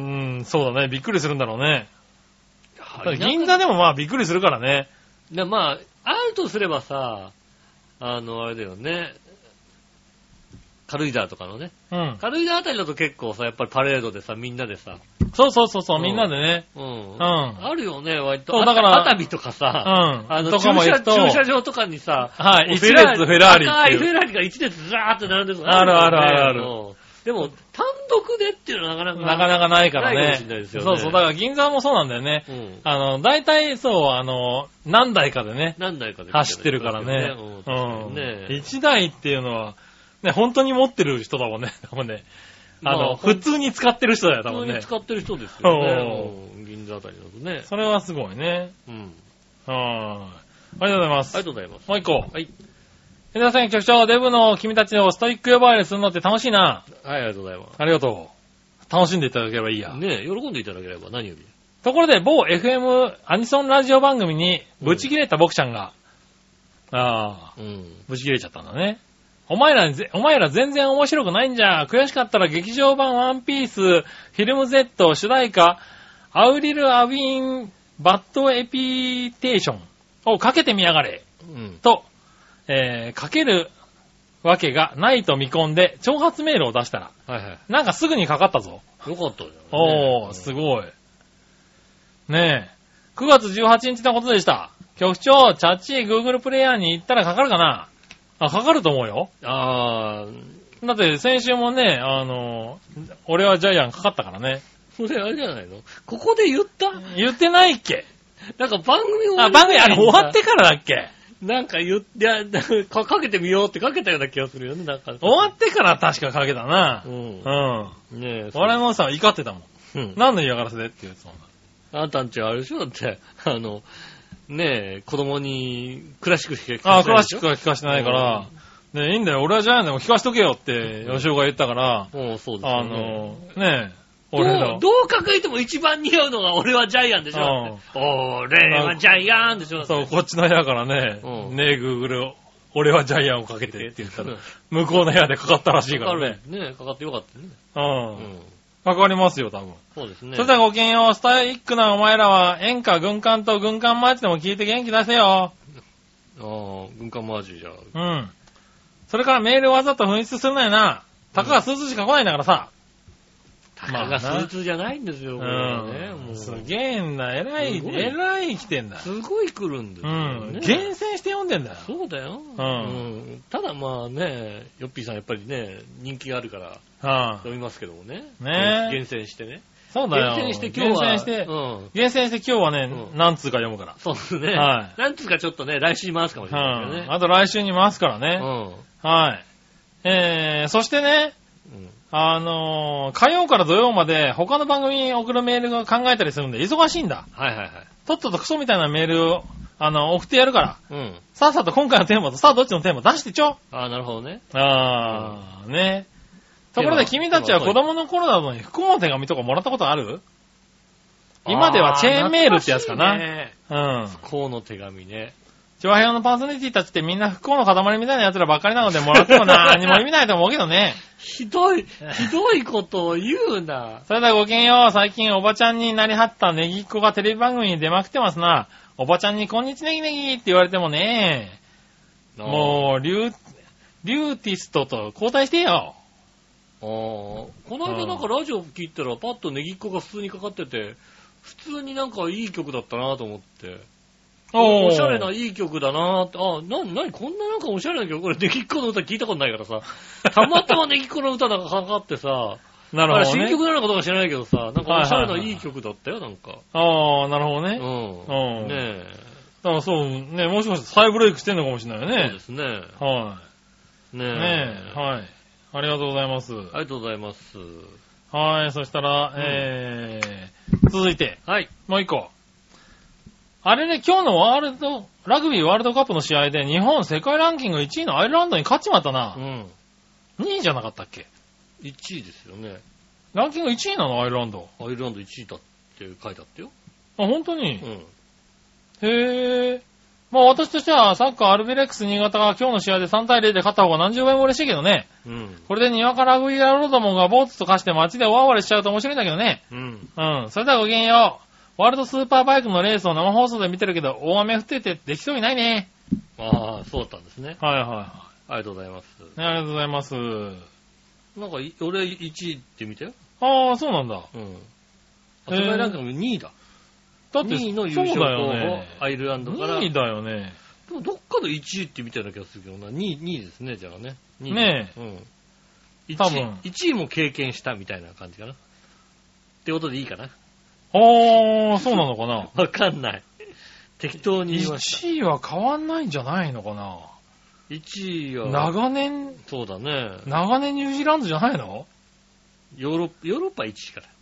そうだね。びっくりするんだろうね。銀座でもまあびっくりするからね。 でまあ、あるとすればさ、あの、あれだよね。軽井沢とかのね。うん。軽井沢あたりだと結構さ、やっぱりパレードでさ、みんなでさ。 そうそうそうそう、うん、みんなでね。 うん。うん。あるよね、割と。 そう、だから。 熱海とかさ。 うん。 あの、駐車、駐車場とかにさ。 はい、一列フェラーリ。 赤いフェラーリが一列ずらーって並んでる、 ね、あるあるあるある。 でも、単独でっていうのはなかなか。 なかなかないからね。 ないかもしれないですよね。 そうそう、だから銀座もそうなんだよね。うん。あの、大体そう、あの、何台かでね。 何台かで。 走ってるからね。 うん。うん、ね一台っていうのは、ね、本当に持ってる人だもんね。多分ね。あの、まあ、普通に使ってる人だよ、多分ね。 普通に使ってる人ですよね。銀座あたりだとね。 それはすごいね。うん。はい。ありがとうございます。 ありがとうございます。 もう一個。はい。皆さん局長、デブの君たちをストイック呼ばわりするのって楽しいな。 はい、ありがとうございます。 ありがとう。楽しんでいただければいいや。 ねえ、喜んでいただければ何より。 ところで、某 エフエム アニソンラジオ番組に、ブチ切れた僕ちゃんが、うん、ああ、うん、ブチ切れちゃったんだね。お前ら、お前ら全然面白くないんじゃ。悔しかったら劇場版ワンピース、フィルム Z、主題歌、アウリル・アウィン・バッド・エピテーションをかけてみやがれ。うん、と、えー、かけるわけがないと見込んで、挑発メールを出したら、はいはい、なんかすぐにかかったぞ。 よかったじゃん、ね。 おー、すごい。ねえ。くがつじゅうはちにちのことでした。局長、チャッチー Google プレイヤーに行ったらかかるかな？あ、かかると思うよ。 あー。だって先週もね、あの、俺はジャイアンかかったからね。 それあれじゃないの？ここで言った？ 言ってないっけ？ なんか番組終わあ、番組あれ終わってからだっけ？ なんか言って、か、かけてみようってかけたような気がするよね、なんか。 終わってから確かかけたな。うん。うん。ねえ。俺もさ、怒ってたもん。うん。何の嫌がらせでって言うと。 あんたんちはあれでしょだって、あの、ねえ、子供にクラシック弾かせてない。あ、クラシックは弾かしてないから、ねえ、いいんだよ、俺はジャイアンでも弾かしとけよって、吉尾が言ったから、 うん、そうですよね。あの、ねえ、俺の。 どうかけても一番似合うのが俺はジャイアンでしょ、うん、俺はジャイアンでしょそう、こっちの部屋からね、うん、ねえ、グーグル、俺はジャイアンをかけてって言ったら、向こうの部屋でかかったらしいからね。 ねえ、かかってよかったね。 うん。うんかかりますよ、多分。 そうですね。 それではごきげんよう。スタイックなお前らは演歌、軍艦と軍艦マーチでも聞いて元気出せよ。ああ、軍艦マーチじゃあ。うん。それからメールわざと紛失するなよな。たかが数字しか来ないんだからさ。 たかが数字じゃないんですよ、これはね。 もうすげえんだ。えらい、えらい来てんだ。 すごい来るんですよ、 ね。うん。厳選して読んでんだよ。 そうだよ。うん。うん、ただまあね、ヨッピーさんやっぱりね、人気があるから、はあ、読みますけどもね。 ね厳選してね。 そうだよ。 厳選して今日は。 厳選して、うん、厳選して今日はね、うん、何通か読むから。 そうですね。はい。何通かちょっとね、来週に回すかもしれないけどね。 はあ、あと来週に回すからね。うん。はい。えー、そしてね、うん、あのー、火曜から土曜まで他の番組に送るメールが考えたりするんで忙しいんだ。 はいはいはい。 とっととクソみたいなメールを、あの、送ってやるから。うん。さっさと今回のテーマとさあどっちのテーマ出してちょ。 ああ、なるほどね。 ああ、うん、ね。 ところで君たちは子供の頃なのに不幸の手紙とかもらったことある？今ではチェーンメールってやつかな。ね、うん。 不幸の手紙ね。 チョアヘヨのパーソナリティたちってみんな不幸の塊みたいな奴らばっかりなのでもらっても何も意味ないと思うけどね。 ひどい、ひどいことを言うな。 それではごきげんよう。最近おばちゃんになりはったネギっ子がテレビ番組に出まくってますな。おばちゃんにこんにちネギネギって言われてもね。もう、リュー、リューティストと交代してよ。 ああ、この間なんかラジオ聞いたらパッとネギっ子が普通にかかってて、普通になんかいい曲だったなと思って。おしゃれないい曲だなぁって。あ、な、なにこんななんかおしゃれな曲これネギっ子の歌聞いたことないからさ。たまたまネギっ子の歌なんかかかってさ。 なるほど、ね。 新曲なのかどうか知らないけどさ、なんかおしゃれないい曲だったよ、なんか。 ああ、なるほどね。 うん。うん。ねえ。 だからそう、ね、もしかして再ブレイクしてんのかもしれないよね。 そうですね。 はい。ねえ。ねえ。はい。ありがとうございます。ありがとうございます。 はい、そしたら、うん、えー、続いて。 はい。 もう一個。あれね、今日のワールド、ラグビーワールドカップの試合で日本世界ランキングいちいのアイルランドに勝っちまったな。うん。にいじゃなかったっけ？ いちいですよね。 ランキングいちいなのアイルランド。 アイルランドいちいだって書いてあったよ。 あ、本当に？ うん。 へぇー。まあ私としてはサッカーアルビレックス新潟が今日の試合でさんたいゼロで勝った方が何十倍も嬉しいけどね。うん。これでにわかラグビー野郎どもがボーツと化して街でワーワレしちゃうと面白いんだけどね。うん。うん。それではごきげんよう。ワールドスーパーバイクのレースを生放送で見てるけど、大雨降っててできそうにないね。 ああ、そうだったんですね。 はいはいはい。 ありがとうございます。 ね、ありがとうございます。 なんか、俺いちいって見たよ。 ああ、そうなんだ。 うん。世界ランキングにいだ。 だって、 にいの優勝候補、 ね、 アイルランドから。 にいだよね。 でもどっかでいちいって見たような気がするけどな。にい、にいですね、じゃあね。にいねえ。うん。いちい、多分。 いちいも経験したみたいな感じかな。ってことでいいかな。 ああ、そうなのかな。 わかんない。適当に言いました。 いちいは変わんないんじゃないのかな。 いちいは。 長年。 そうだね。 長年ニュージーランドじゃないの？ ヨーロッパ、ヨーロッパいちいから。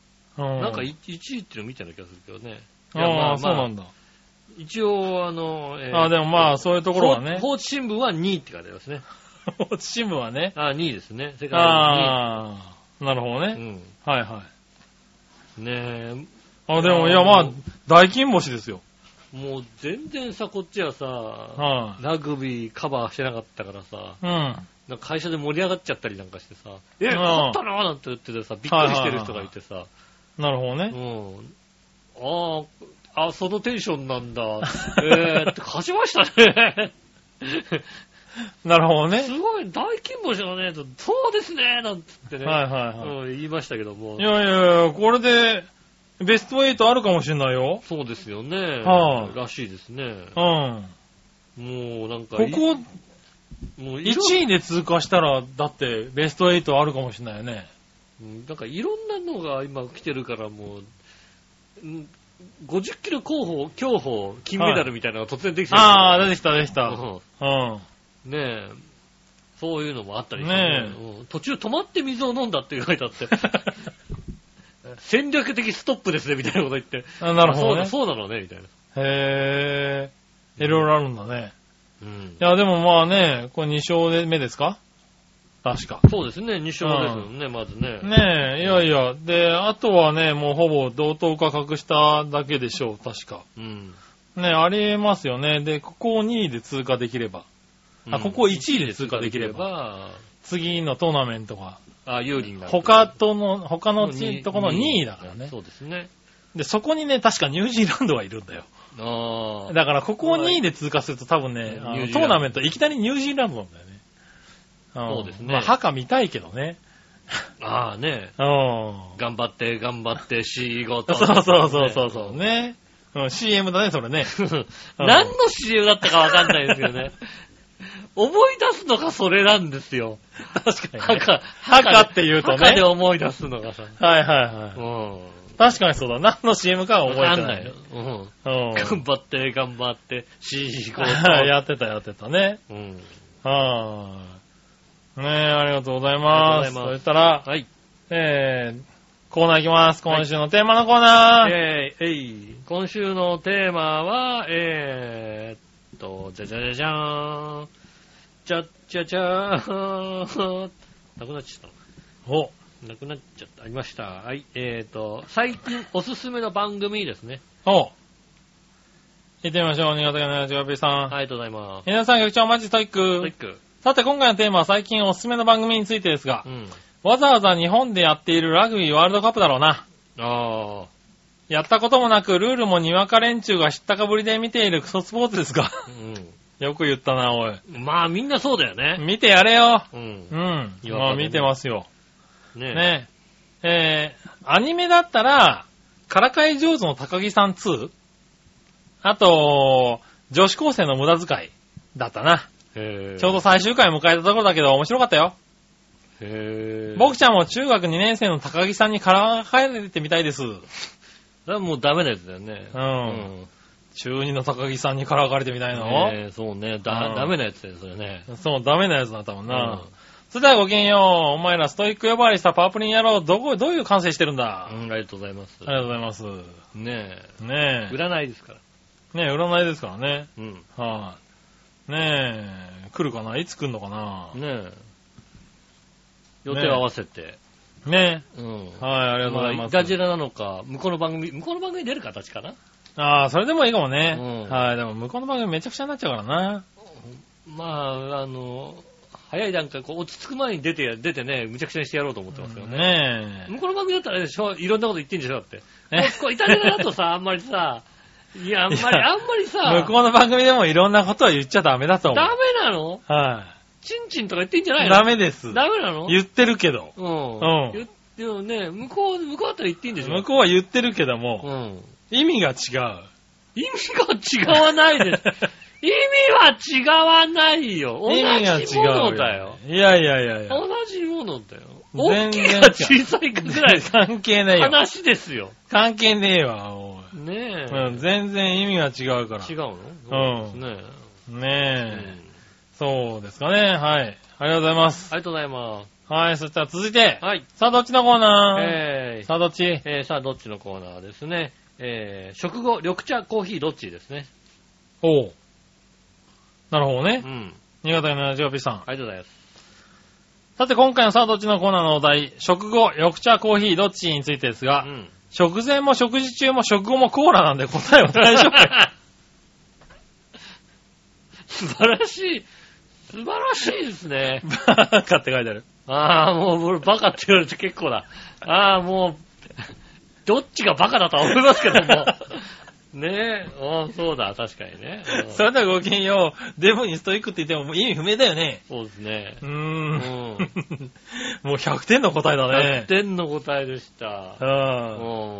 うん。なんかいちいっていうの見たような気がするけどね。 いやあ、まあ、まあ、そうなんだ。 一応、あの、 えー、あ、でもまあ、そういうところはね。 報知新聞はにいって書いてありますね。 報知新聞はね。 あ、にいですね。世界にい。 ああ、なるほどね。うん。はいはい。 ねえ。 あ、でも、いや、まあ、大金星ですよ。 もう、全然さ、こっちはさ、はあ、ラグビーカバーしてなかったからさ、うん。なんか会社で盛り上がっちゃったりなんかしてさ、え、勝ったなーなんて言っててさ、びっくりしてる人がいてさ。はいはいはい、なるほどね。 うん。ああ、あ、そのテンションなんだ。えーって、勝ちましたね。 なるほどね。 すごい、大金星だね、と、そうですね、なんつってね。はいはいはい。うん、言いましたけども。 いやいやいや、これで、ベストはちあるかもしれないよ。 そうですよね。はあ、らしいですね。うん。もうなんか、 ここ、もういちいで通過したら、だってベストはちあるかもしれないよね。 なんかいろんなのが今来てるからもう、ごじゅっキロ候補、競歩、金メダルみたいなのが突然できてる、 はい。ああ、出てきた出てきた。うん。うん、 ねえ。そういうのもあったりして、ねねえ、途中止まって水を飲んだって書いてあって。戦略的ストップですね、みたいなこと言って。 あ、なるほどね。 そうなのね、みたいな。 へぇー。いろいろあるんだね。うん。いや、でもまあね、これに勝目ですか？確か。 そうですね、に勝ですよね、うん、まずね。 ねえ、いやいや、で、あとはね、もうほぼ同等か隠しただけでしょう、確か。うん。ねえ、ありえますよね。で、ここをにいで通過できれば。うん、あ、ここをいちいで通過できれば。次のトーナメントが。 あ、有利になる。 他との、他のチとこのにいだからね。 そうですね。 で、そこにね、確かニュージーランドはいるんだよ。ああ。だから、ここをにいで通過すると多分ね、あのトーナメントいきなりニュージーランドなんだよね。 そうですね。 まあ、墓見たいけどね。 ああね。うん。頑張って、頑張って、仕事。 そうそうそうそうそう。ね。うん、シーエム だね、それね。 何の シーエム だったかわかんないですよね。思い出すのがそれなんですよ。 確かに、 ね。墓、 墓って言うとね。 墓で思い出すのがさ。 はいはいはい。うん。確かにそうだ。何の シーエム かは覚えてない。わかんない。 うん。頑張って、頑張って、仕事。 やってたやってたね。うん。はぁ。ねえ、ありがとうございます。ありがとうございます。そしたら、はい。えー、コーナーいきます。今週のテーマのコーナー。はい、 えー、えい。今週のテーマは、えーっと、じゃじゃじゃじゃーん。じゃじゃじゃーん。なくなっちゃった。 お、 なくなっちゃった。ありました。はい。えーと、最近おすすめの番組ですね。 お。行ってみましょう。新潟県のやじがぴーさん。 ありがとうございます。 皆さん局長、マジストイック。 ストイック。 さて、今回のテーマは最近おすすめの番組についてですが、 うん、 わざわざ日本でやっているラグビーワールドカップだろうな。 ああ。 やったこともなく、ルールもにわか連中が知ったかぶりで見ているクソスポーツですが。うん、よく言ったな、おい。 まあ、みんなそうだよね。 見てやれよ。 うん。 うん。まあ、見てますよ。 ねえ。 ねえ。えー、アニメだったら、からかい上手の高木さんツー？あと、女子高生の無駄遣いだったな。 へー。 ちょうど最終回迎えたところだけど面白かったよ。 へー。 僕ちゃんも中学にねん生の高木さんにからかえてみたいです。 それはもうダメなやつだよね。 うん。うん、中にの高木さんにからかれてみたいの？ ねえ、そうね。だ、うん、ダメなやつだよ、それね。 そう、ダメなやつだったもんな。うん、それではごきげんよう。お前らストイック呼ばわりしたパープリン野郎、どこ、どういう感性してるんだ？ うん、ありがとうございます。 ありがとうございます。 ねえ。 ねえ。 占いですから。 ねえ、占いですからね。 うん。 はい、あ、ねえ、来るかな？いつ来るのかな？ ねえ。予定を合わせて。 ねえ。 うん。 はい、ありがとうございます。 イタジェラなのか、向こうの番組、向こうの番組に出る形かな？ ああ、それでもいいかもね。 うん、 はい、でも向こうの番組めちゃくちゃになっちゃうからな。 まあ、あの、早い段階、こう、落ち着く前に出て、出てね、むちゃくちゃにしてやろうと思ってますよね。 ねえ。 向こうの番組だったらね、いろんなこと言ってんでしょ、だって。ね、こう、イタジェラだとさ、あんまりさ、いや、あんまり、あんまりさ、 向こうの番組でもいろんなことは言っちゃダメだと思う。 ダメなの？ はい。 チンチンとか言ってんじゃないの？ ダメです。 ダメなの？ 言ってるけど。 うん。うん。言ってもね、向こう、向こうだったら言っていいんでしょ？ 向こうは言ってるけども、うん。意味が違う。 意味が違わないです。意味は違わないよ。同じものだよ。 いやいやいやいや。 同じものだよ。大きいか小さいかぐらい関係ないよ。 話ですよ。 関係ねえわ、おい。 ねえ、 うん。全然意味が違うから。 違うの？ うん。 ねえ。ねえ、うん。そうですかね。はい。ありがとうございます。 ありがとうございます。 はい。そしたら続いて。 はい。 さあ、どっちのコーナー？ えー、 さあ、どっち？ えー、さあ、どっちのコーナーですね。えー、食後、緑茶、コーヒー、どっちですね。 おう。なるほどね。 うん。 新潟のジョーピーさん。 ありがとうございます。 さて、今回のさあ、どっちのコーナーのお題、食後、緑茶、コーヒー、どっちについてですが、うん、食前も食事中も食後もコーラなんで答えは大丈夫か素晴らしい。素晴らしいですね。 バカって書いてある。 ああ、もう、俺バカって言われて結構だ。ああ、もう、どっちがバカだとは思いますけども。ねえ、ああ、そうだ、確かにね。 それではごきげんよう。デブにストイックって言ってももう意味不明だよね。 そうですね。 うーん。うん、もうひゃくてんの答えだね。 ひゃくてんの答えでした。うん。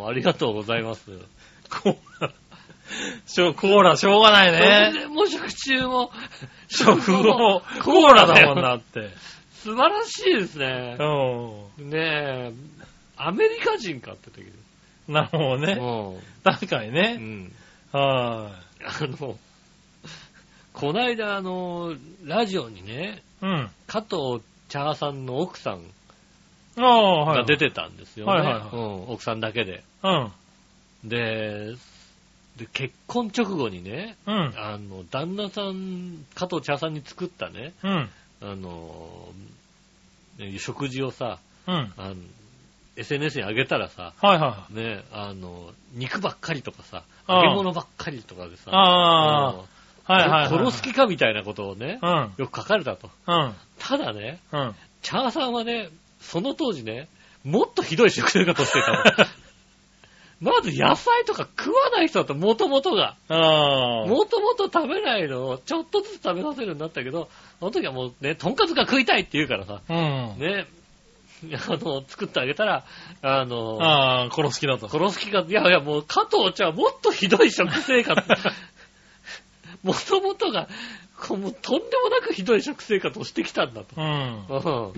ありがとうございます。 コーラ。しょ、コーラしょうがないね。 食前も食中も、 食後もコーラだもんなって。 素晴らしいですね。 うん。 ねえ、アメリカ人かって時です。 なるほどね。 うん。 確かにね。 うん。 はい。 あの、こないだあの、ラジオにね、 うん。 加藤茶さんの奥さんが出てたんですよね。 はいはいはい。 うん、奥さんだけで。 うん。 で、で結婚直後にね、 うん。 あの、旦那さん、加藤茶さんに作ったね、 うん。 あの、食事をさ、 うん。 あのエスエヌエス に上げたらさ、 はいはい。 ね、あの、肉ばっかりとかさ、揚げ物ばっかりとかでさ、 ああ、はいはいはい。 殺す気かみたいなことをね、 うん、 よく書かれたと。 うん、 ただね、 うん、 チャーさんはね、その当時ね、もっとひどい食生活をしてたの。まず野菜とか食わない人だった、もともとが。もともと食べないのをちょっとずつ食べさせるようになったけど、その時はもうね、とんかつが食いたいって言うからさ、 うん、 ね、あの、作ってあげたら、あの、 ああ、殺す気だと。 殺す気が、いやいや、もう、加藤ちゃんはもっとひどい食生活。もともとが、こうもうとんでもなくひどい食生活をしてきたんだと。 うん。うん、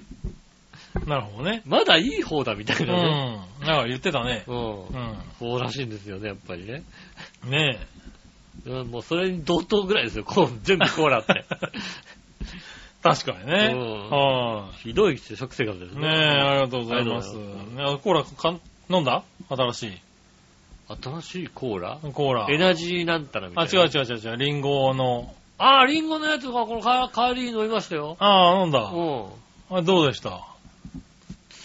なるほどね。 まだいい方だみたいなね。うん。なんか言ってたね。 うん。うん。そうらしいんですよね、やっぱりね。 ねえ。うん、もうそれに同等ぐらいですよ、こう、全部コーラって。 確かにね。 うん。はあ、ひどい食生活ですね。 ねえ、ありがとうございます。ね、コーラか飲んだ？新しい。 新しいコーラ？ コーラ。 エナジーなんたらみたいな。 あ、違う違う違う違う。リンゴの。 ああ、リンゴのやつがこの帰りに飲みましたよ。 ああ、飲んだ。 うん。 あれどうでした？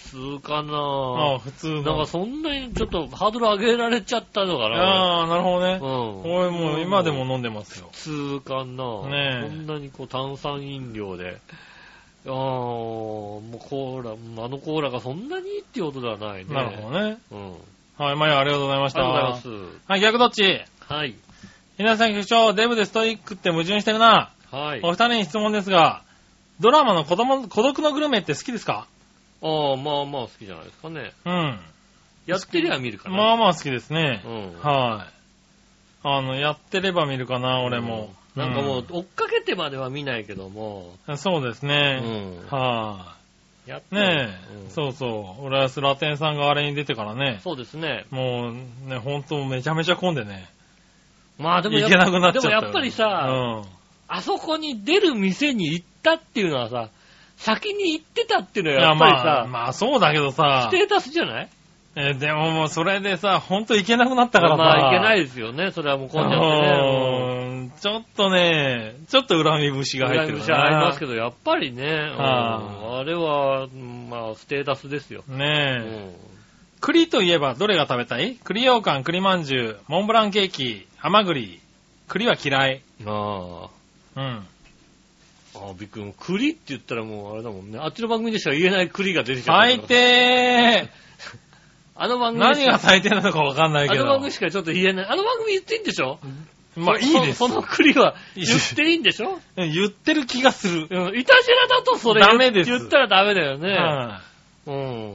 通かなああ、普通の。 なんかそんなにちょっとハードル上げられちゃったのかな。 ああ、なるほどね。 うん。 これもう今でも飲んでますよ。 普通かなねえ。 そんなにこう炭酸飲料で。ああ、もうコーラ、あのコーラがそんなにいいっていうことではないね。 なるほどね。 うん。 はい、まあ、ありがとうございました。 ありがとうございます。 はい、逆どっち？ はい。 皆さん局長、デブでストイックって矛盾してるな。 はい。 お二人に質問ですが、ドラマの子供、孤独のグルメって好きですか？ ああ、まあまあ好きじゃないですかね。 うん。 やってりゃ見るかな。 まあまあ好きですね。 うん。 はい。あの、やってれば見るかな、俺も。 うん、なんかもう、追っかけてまでは見ないけども。 そうですね。 うん。 はい、 やってねえ、 うん、 そうそう。浦安ラテンさんがあれに出てからね。 そうですね。 もう、ね、ほんとめちゃめちゃ混んでね。 まあでも行けなくなっちゃった。 でもやっぱりさ、うん、あそこに出る店に行ったっていうのはさ、先に行ってたっていうのはやっぱりさ、 まあ、まあそうだけどさ、 ステータスじゃない？ えー、でももうそれでさ、ほんと行けなくなったからさ。 まあ行けないですよね、それはもう混んじゃってね。 ちょっとね、ちょっと恨み節が入ってる。 恨み節ありますけど、やっぱりね、うん、あれは、まあステータスですよ。 ねえ。うん、栗といえばどれが食べたい？栗羊羹、栗まんじゅう、モンブランケーキ、甘栗。栗は嫌い。 ああ。 うん。 ああ、びっくり。栗って言ったらもうあれだもんね。あっちの番組でしか言えない栗が出てきちゃった。 最低あの番組何が最低なのかわかんないけど。 あの番組しかちょっと言えない。あの番組言っていいんでしょ？ まあいいです。 その栗は言っていいんでしょ？ 言ってる気がする。 うん。いたじらだとそれダメです言ったらダメだよね。 はい、うん。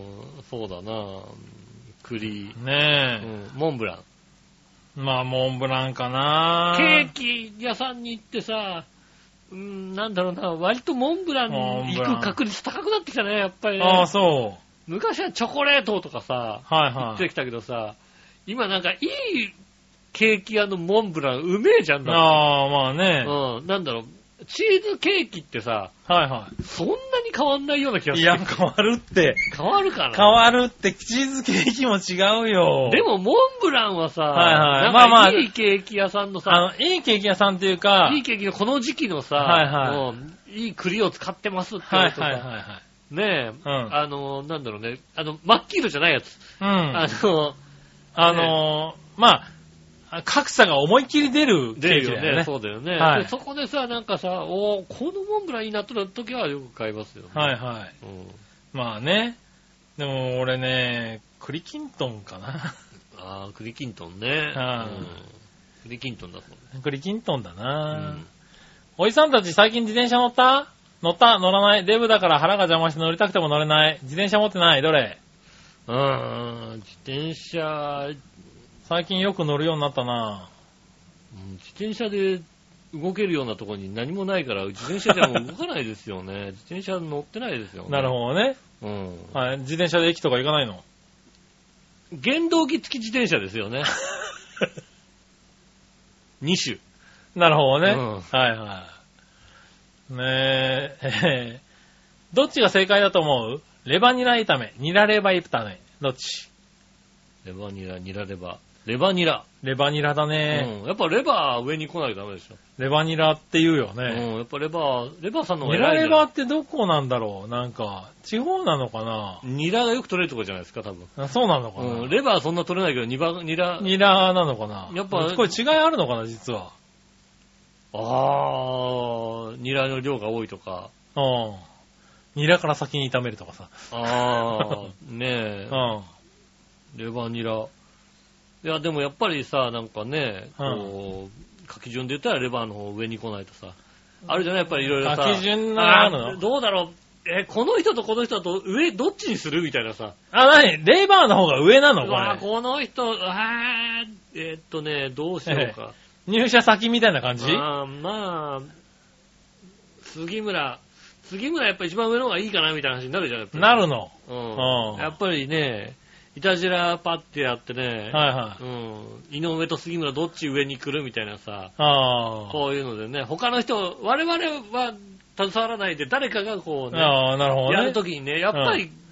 そうだな。栗。 ねえ、 うん。モンブラン。 まあ、モンブランかな。 ケーキ屋さんに行ってさ、うーん、なんだろうな、割とモンブランに行く確率高くなってきたね、やっぱりね。 ああ、そう。 昔はチョコレートとかさ、 はいはい。 言ってきたけどさ、今なんかいいケーキ屋のモンブランうめえじゃんだ。 ああ、まあね。 うん、なんだろう、チーズケーキってさ、 はいはい。 そんなに変わんないような気がする。 いや、変わるって。 変わるかな。 変わるって、チーズケーキも違うよ。 でも、モンブランはさ、 はいはい。 なんかまあまあ、 いいケーキ屋さんのさ、 あの、いいケーキ屋さんっていうか、 いいケーキのこの時期のさ、 はいはい。 いい栗を使ってますって言われてさ、 はいはいはいはい。 ねえ、うん、あの、なんだろうね、あの、真っ黄色じゃないやつ。 うん。 あの、 あの、ね、まあ、格差が思いっきり出るケーキだよね。出るよね。 そうだよね。 はい、 でそこでさ、なんかさ、おこのモンブランいいなってなった時はよく買いますよね。 はいはい。うん、まあね。でも俺ね、栗きんとんかな。 ああ、栗きんとんね。 はい、うん。栗きんとんだそうね。 栗きんとんだな、うん。おじさんたち最近自転車乗った乗った乗らないデブだから腹が邪魔して乗りたくても乗れない。自転車持ってないどれうーん、自転車、 最近よく乗るようになったな、 うん、自転車で動けるようなところに何もないから自転車じゃもう動かないですよね。自転車乗ってないですよね。 なるほどね。 うん。 はい。自転車で駅とか行かないの？ 原動機付き自転車ですよね。に種。 なるほどね。 うん、 はいはい。ねえ、どっちが正解だと思う？レバニラ炒め、ニラレバ炒め。どっち？ レバニラ、ニラレバ。レバニラ。 レバニラだね。 うん。やっぱレバー上に来ないとダメでしょ。 レバニラって言うよね。 うん。やっぱレバー、レバーさんの方が偉いじゃん。ニラレバってどこなんだろう？なんか、地方なのかな？ ニラがよく取れるとこじゃないですか、多分。 あ、そうなのかな？ うん。レバーそんな取れないけど、ニバ、ニラ。 ニラなのかな？ やっぱ、 これ違いあるのかな、実は。 あー、ニラの量が多いとか。 うん。ニラから先に炒めるとかさ。 あー、ねえ。 うん。 レバニラ。いや、でもやっぱりさ、なんかね、こう、書き順で言ったらレバーの方上に来ないとさ。あるじゃないやっぱりいろいろさ。 書き順なの？ どうだろうえ、この人とこの人と上、どっちにするみたいなさ。 あ、なにレバーの方が上なのこれ。 あ、この人、あー、えー、っとね、どうしようか。 入社先みたいな感じ？ あまあ、杉村、杉村やっぱ一番上の方がいいかなみたいな話になるじゃん。やっぱりなるの。 うん。やっぱりね、いたじらパッてやってね、 はいはい。 うん。井上と杉村どっち上に来るみたいなさ、 あこういうのでね、他の人、我々は携わらないで誰かがこうね、 ああ、なるほどね。 やるときにね、やっぱり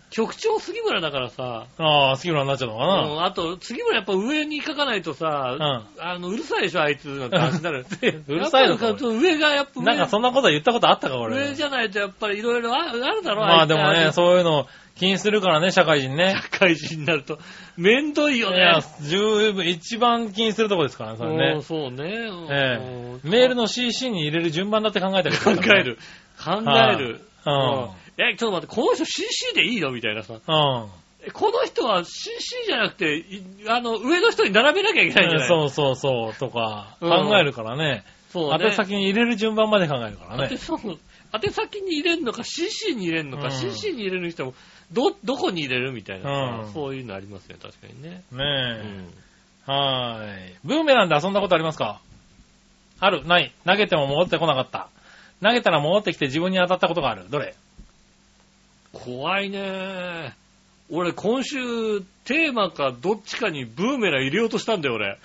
局長杉村だからさ。 ああ、杉村になっちゃうのかな。 うん、あと、杉村やっぱ上に書かないとさ、うん、あの、うるさいでしょ、あいつの話になる。 うるさいのか。 上がやっぱ上。 なんかそんなこと言ったことあったか、俺。 上じゃないとやっぱりいろいろあるだろ、 まあでもね、そういうの気にするからね、社会人ね。 社会人になると、めんどいよね。いや、 十分、一番気にするとこですからね、それね。 そうね。 ええ。メールの シーシー に入れる順番だって考えてるから、ね。考える。考える。うん。え、ちょっと待って、この人 シーシー でいいのみたいなさ。うん。この人は シーシー じゃなくて、あの、上の人に並べなきゃいけないんじゃない、 そうそうそう、とか、考えるからね。そうね。宛先に入れる順番まで考えるからね。 宛そう宛先に入れるのか シーシー に入れるのか、うん、シーシー に入れるにしても、ど、どこに入れるみたいな、うん、そういうのありますね、確かにね。 ねえ。うん、はーい。ブーメランで遊んだことありますか？ある？ない？投げても戻ってこなかった。投げたら戻ってきて自分に当たったことがある。どれ？ 怖いねー。俺今週テーマかどっちかにブーメラン入れようとしたんだよ、俺。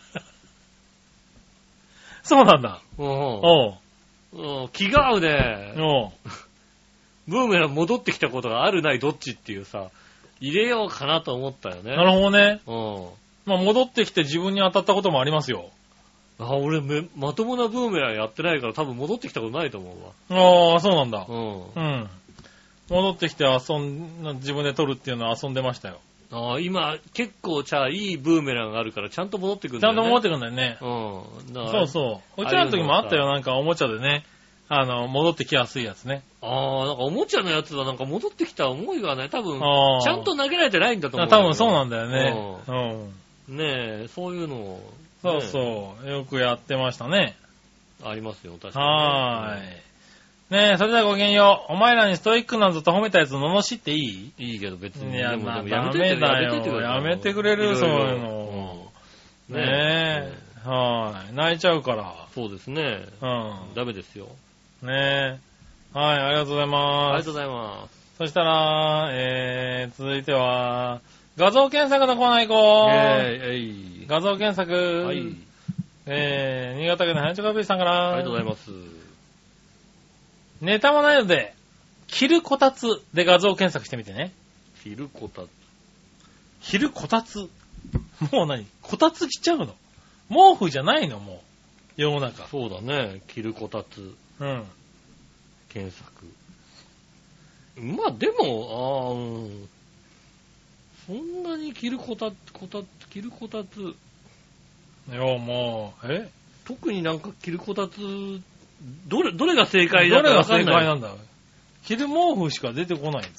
そうなんだ。 うん。おう。うん、気が合うね。 おう。 ブーメラン戻ってきたことがあるないどっちっていうさ、入れようかなと思ったよね。 なるほどね。 うん。 まあ戻ってきて自分に当たったこともありますよ。 あ、俺め、まともなブーメランやってないから多分戻ってきたことないと思うわ。 ああ、そうなんだ。 うん。 うん。戻ってきて遊ん、自分で撮るっていうのは遊んでましたよ。 ああ、今結構じゃあいいブーメランがあるからちゃんと戻ってくるんだよね。 ちゃんと戻ってくるんだよね。 うん。 そうそう。うちらの時もあったよ、なんかおもちゃでね。あの、戻ってきやすいやつね。 ああ、なんかおもちゃのやつはなんか戻ってきた思いがね、多分、ちゃんと投げられてないんだと思う。 多分そうなんだよね。 うん。ねえ、そういうのを、ね。 そうそう。よくやってましたね。 ありますよ、確かに、ね。 はーい。ねえ、それではごきげんよう。お前らにストイックなんぞと褒めたやつ罵っていい？ いいけど別に。 いや、まあ、ダメだよ。やめてくれる、そういうの。うん、ねえ。はい。泣いちゃうから。 そうですね。うん。ダメですよ。 ねえ。はい、ありがとうございます。 ありがとうございます。 そしたら、えー、続いては、画像検索のコーナー行こう。 えー、えー、 画像検索。はい。えー、新潟県のはやちょかびさんから。 ありがとうございます。 ネタもないので、着るこたつで画像検索してみてね。 着るこたつ。 着るこたつ。もう何？こたつ着ちゃうの？毛布じゃないの？もう。世の中。 そうだね。着るこたつ。 うん。 検索。まあでも、ああ、うん。そんなに着るこたつ、こたつ、着るこたつ。いや、もう、え？ 特になんか着るこたつ、どれ、どれが正解だかわかんない。 どれが正解なんだ？着る毛布しか出てこないぞ。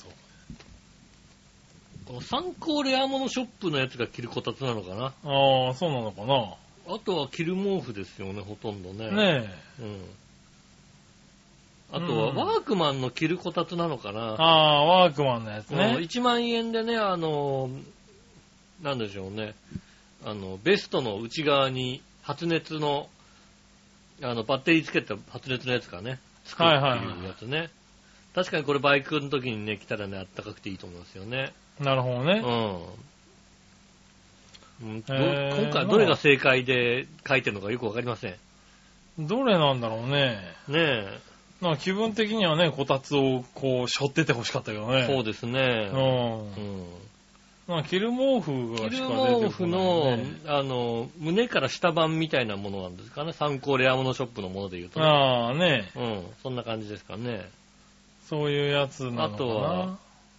参考レアモノショップのやつが着るこたつなのかな。 ああ、そうなのかな。 あとは着る毛布ですよね、ほとんどね。 ねえ。 うん。あとはワークマンの着るこたつなのかな。 ああ、ワークマンのやつね。 いちまん円でね、あの、なんでしょうね。あの、ベストの内側に発熱の、あの、バッテリーつけた発熱のやつがね、つくっていうやつね。はいはいはい、確かにこれバイクの時にね、着たらね、あったかくていいと思いますよね。 なるほどね。 うん。うん、ど今回どれが正解で書いてるのかよくわかりません。 どれなんだろうね。 ねえ。 なんか気分的にはね、こたつをこう、背負ってて欲しかったけどね。 そうですね。 うん。うんまあ、着る毛布がしか出てこない、ね。 着る毛布の、あの、胸から下版みたいなものなんですかね。参考レアモノショップのもので言うと、ね。 ああ、ね。 うん。そんな感じですかね。 そういうやつなのかな。あとは、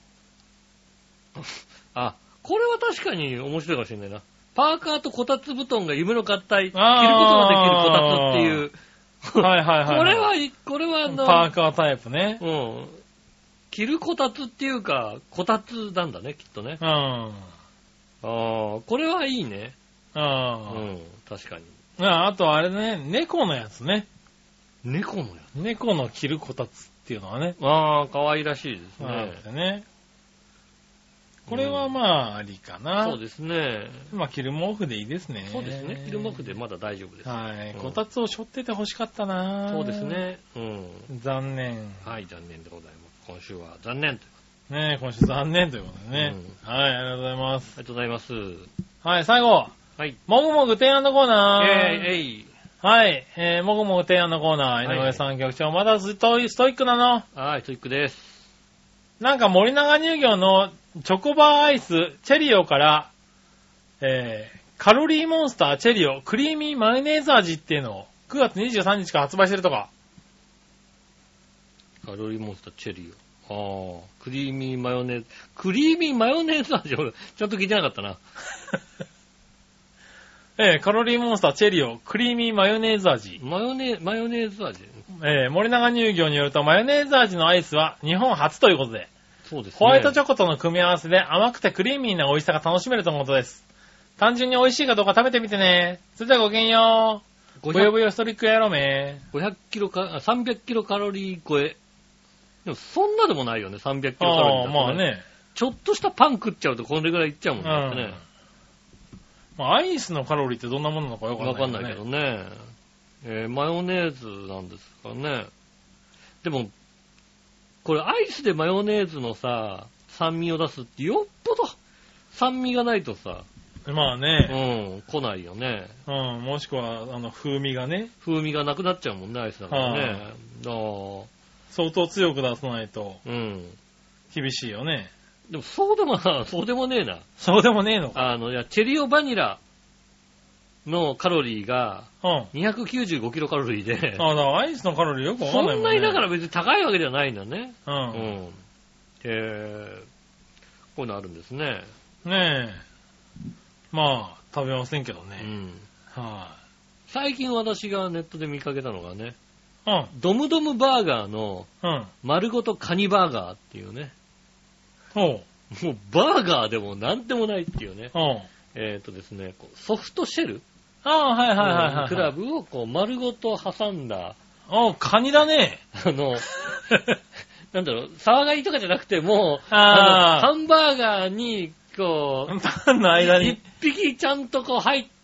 あ、これは確かに面白いかもしれないな。パーカーとこたつ布団が夢の合体、着ることができるこたつっていう。 はいはいはい。 これは、これはあの、 パーカータイプね。 うん。着るこたつっていうか、こたつなんだね、きっとね。 うん。ああ、これはいいね。 ああ。 うん、確かに。 ああとあれね、猫のやつね。 猫のやつ猫の着るこたつっていうのはね。 ああ、可愛らしいですね。 そうね。これはまあ、ありかな、 うん。そうですね。 まあ、着る毛布でいいですね。 そうですね。着る毛布でまだ大丈夫です。 はい。うん、こたつを背負ってて欲しかったな。 そうですね。うん。 残念。 はい、残念でございます。今週は残念と。 ねえ、今週残念ということでね、うん。はい、ありがとうございます。 ありがとうございます。 はい、最後。 はい。 もぐもぐ提案のコーナー。 えー、えい。 はい、えー、もぐもぐ提案のコーナー。井上さん、局長、まだストイックなの？ はい、ストイックです。 なんか森永乳業のチョコバーアイス、チェリオから、えー、カロリーモンスターチェリオ、クリーミーマヨネーズ味っていうのをくがつにじゅうさんにちから発売してるとか。 カロリーモンスターチェリオ。ああ、クリーミーマヨネーズ。クリーミーマヨネーズ味、俺、ちゃんと聞いてなかったな。 えー、カロリーモンスターチェリオ、クリーミーマヨネーズ味。 マヨネー、マヨネーズ味。 えー、森永乳業によるとマヨネーズ味のアイスは日本初ということで。 そうですね。 ホワイトチョコとの組み合わせで甘くてクリーミーな美味しさが楽しめるとのことです。単純に美味しいかどうか食べてみてね。それではごきげんよう。ブヨブヨストリックやろめ。 ごひゃくキロか、さんびゃくキロカロリー超え。でもそんなでもないよね、さんびゃくキロカロリーだと、ね。ああ、まあね。ちょっとしたパン食っちゃうとこれぐらいいっちゃうもんね。うん、 まあ、アイスのカロリーってどんなものなのかよくわかんない、ね。 わかんないけどね。えー、マヨネーズなんですかね。でも、これアイスでマヨネーズのさ、酸味を出すってよっぽど酸味がないとさ。 まあね。 うん、来ないよね。 うん、もしくは、あの、風味がね。 風味がなくなっちゃうもんね、アイスだからね。ああ。 相当強く出さないと。うん。厳しいよね。 でも、そうでもな、そうでもねえな。 そうでもねえのか。あの、いや、チェリオバニラのカロリーが、にひゃくきゅうじゅうごキロカロリーで。 ああ、だからアイスのカロリーよくわかんないもんね。 そんなにだから別に高いわけではないんだね。 うん。うん。 へえ。こういうのあるんですね。 ねえ。まあ、食べませんけどね。 うん。 はい、あ。 最近私がネットで見かけたのがね。 うん。 ドムドムバーガーの、 うん。 丸ごとカニバーガーっていうね。 ほう。もうバーガーでもなんでもないっていうね。 うん。 えっとですね、ソフトシェル。 ああ、はいはいはいはい。 クラブをこう丸ごと挟んだ。 ああ、カニだね。 あの、なんだろう、騒がりとかじゃなくても、 ああのハンバーガーに、こう、 パンの間に。 一匹ちゃんとこう入って、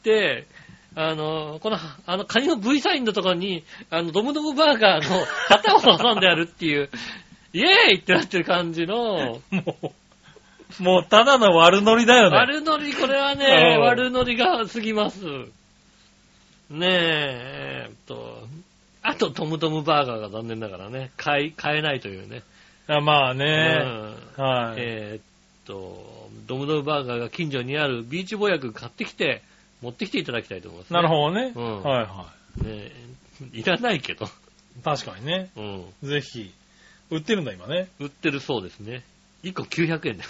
あの、この、あの、カニの V サインのところに、あの、ドムドムバーガーの型を挟んであるっていう、イエーイってなってる感じの、 もう、もうただの悪ノリだよね。 悪ノリ、これはね、悪ノリが過ぎます。ねえ、えー、っと、あとトムトムバーガーが残念ながらね、買い、買えないというね。 あまあね、 うん、はい。えー、っと、ドムドムバーガーが近所にあるビーチボヤ君買ってきて、持ってきていただきたいと思います、ね。 なるほどね。 うん、 はいはい。 ねいらないけど。 確かにね。うん。ぜひ。売ってるんだ今ね。 売ってるそうですね。いっこきゅうひゃくえんです。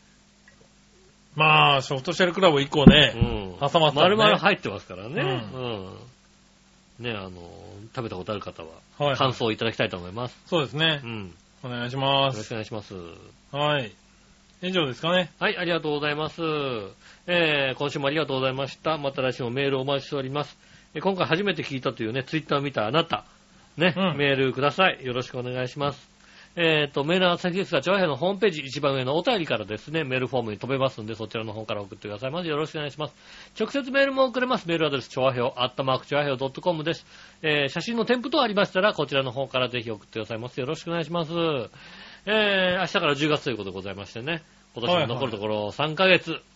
まあ、ソフトシェルクラブいっこね、うん、挟まってたね。 丸々入ってますからね。うん。うん、ね、あの、食べたことある方は、感想をいただきたいと思います。 そうですね。うん。お願いします。 よろしくお願いします。 はい。以上ですかね。 はい、ありがとうございます。えー、今週もありがとうございました。また来週もメールをお待ちしております。今回初めて聞いたというね、ツイッターを見たあなた、ね、うん、メールください。よろしくお願いします。えっと、メールの先ですが、チョアヘのホームページ一番上のお便りからですね、メールフォームに飛べますんで、そちらの方から送ってください。まずよろしくお願いします。直接メールも送れます。メールアドレス、チョアヘオ、アットマークチョアヘオドットコムです。えー、写真の添付等ありましたら、こちらの方からぜひ送ってくださいます。よろしくお願いします。えー、明日からじゅうがつということでございましてね、今年も残るところさんかげつ。はいはい、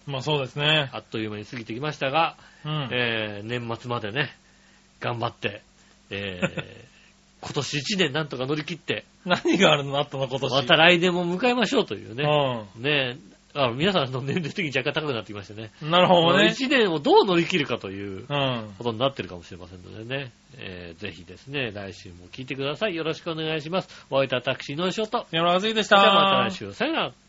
まあそうですね。 あっという間に過ぎてきましたが、うん、えー、年末までね、頑張って、えー、今年いちねんなんとか乗り切って。 何があるのあったの今年。 また来年も迎えましょうというね。うん、ねあ皆さんの年齢的に若干高くなってきましてね。 なるほどね。 いちねんをどう乗り切るかということになってるかもしれませんのでね。えー、ぜひですね、来週も聞いてください。よろしくお願いします。お会いいたタクシーの仕事。 山田敦之でした。 じゃあまた来週。さよなら。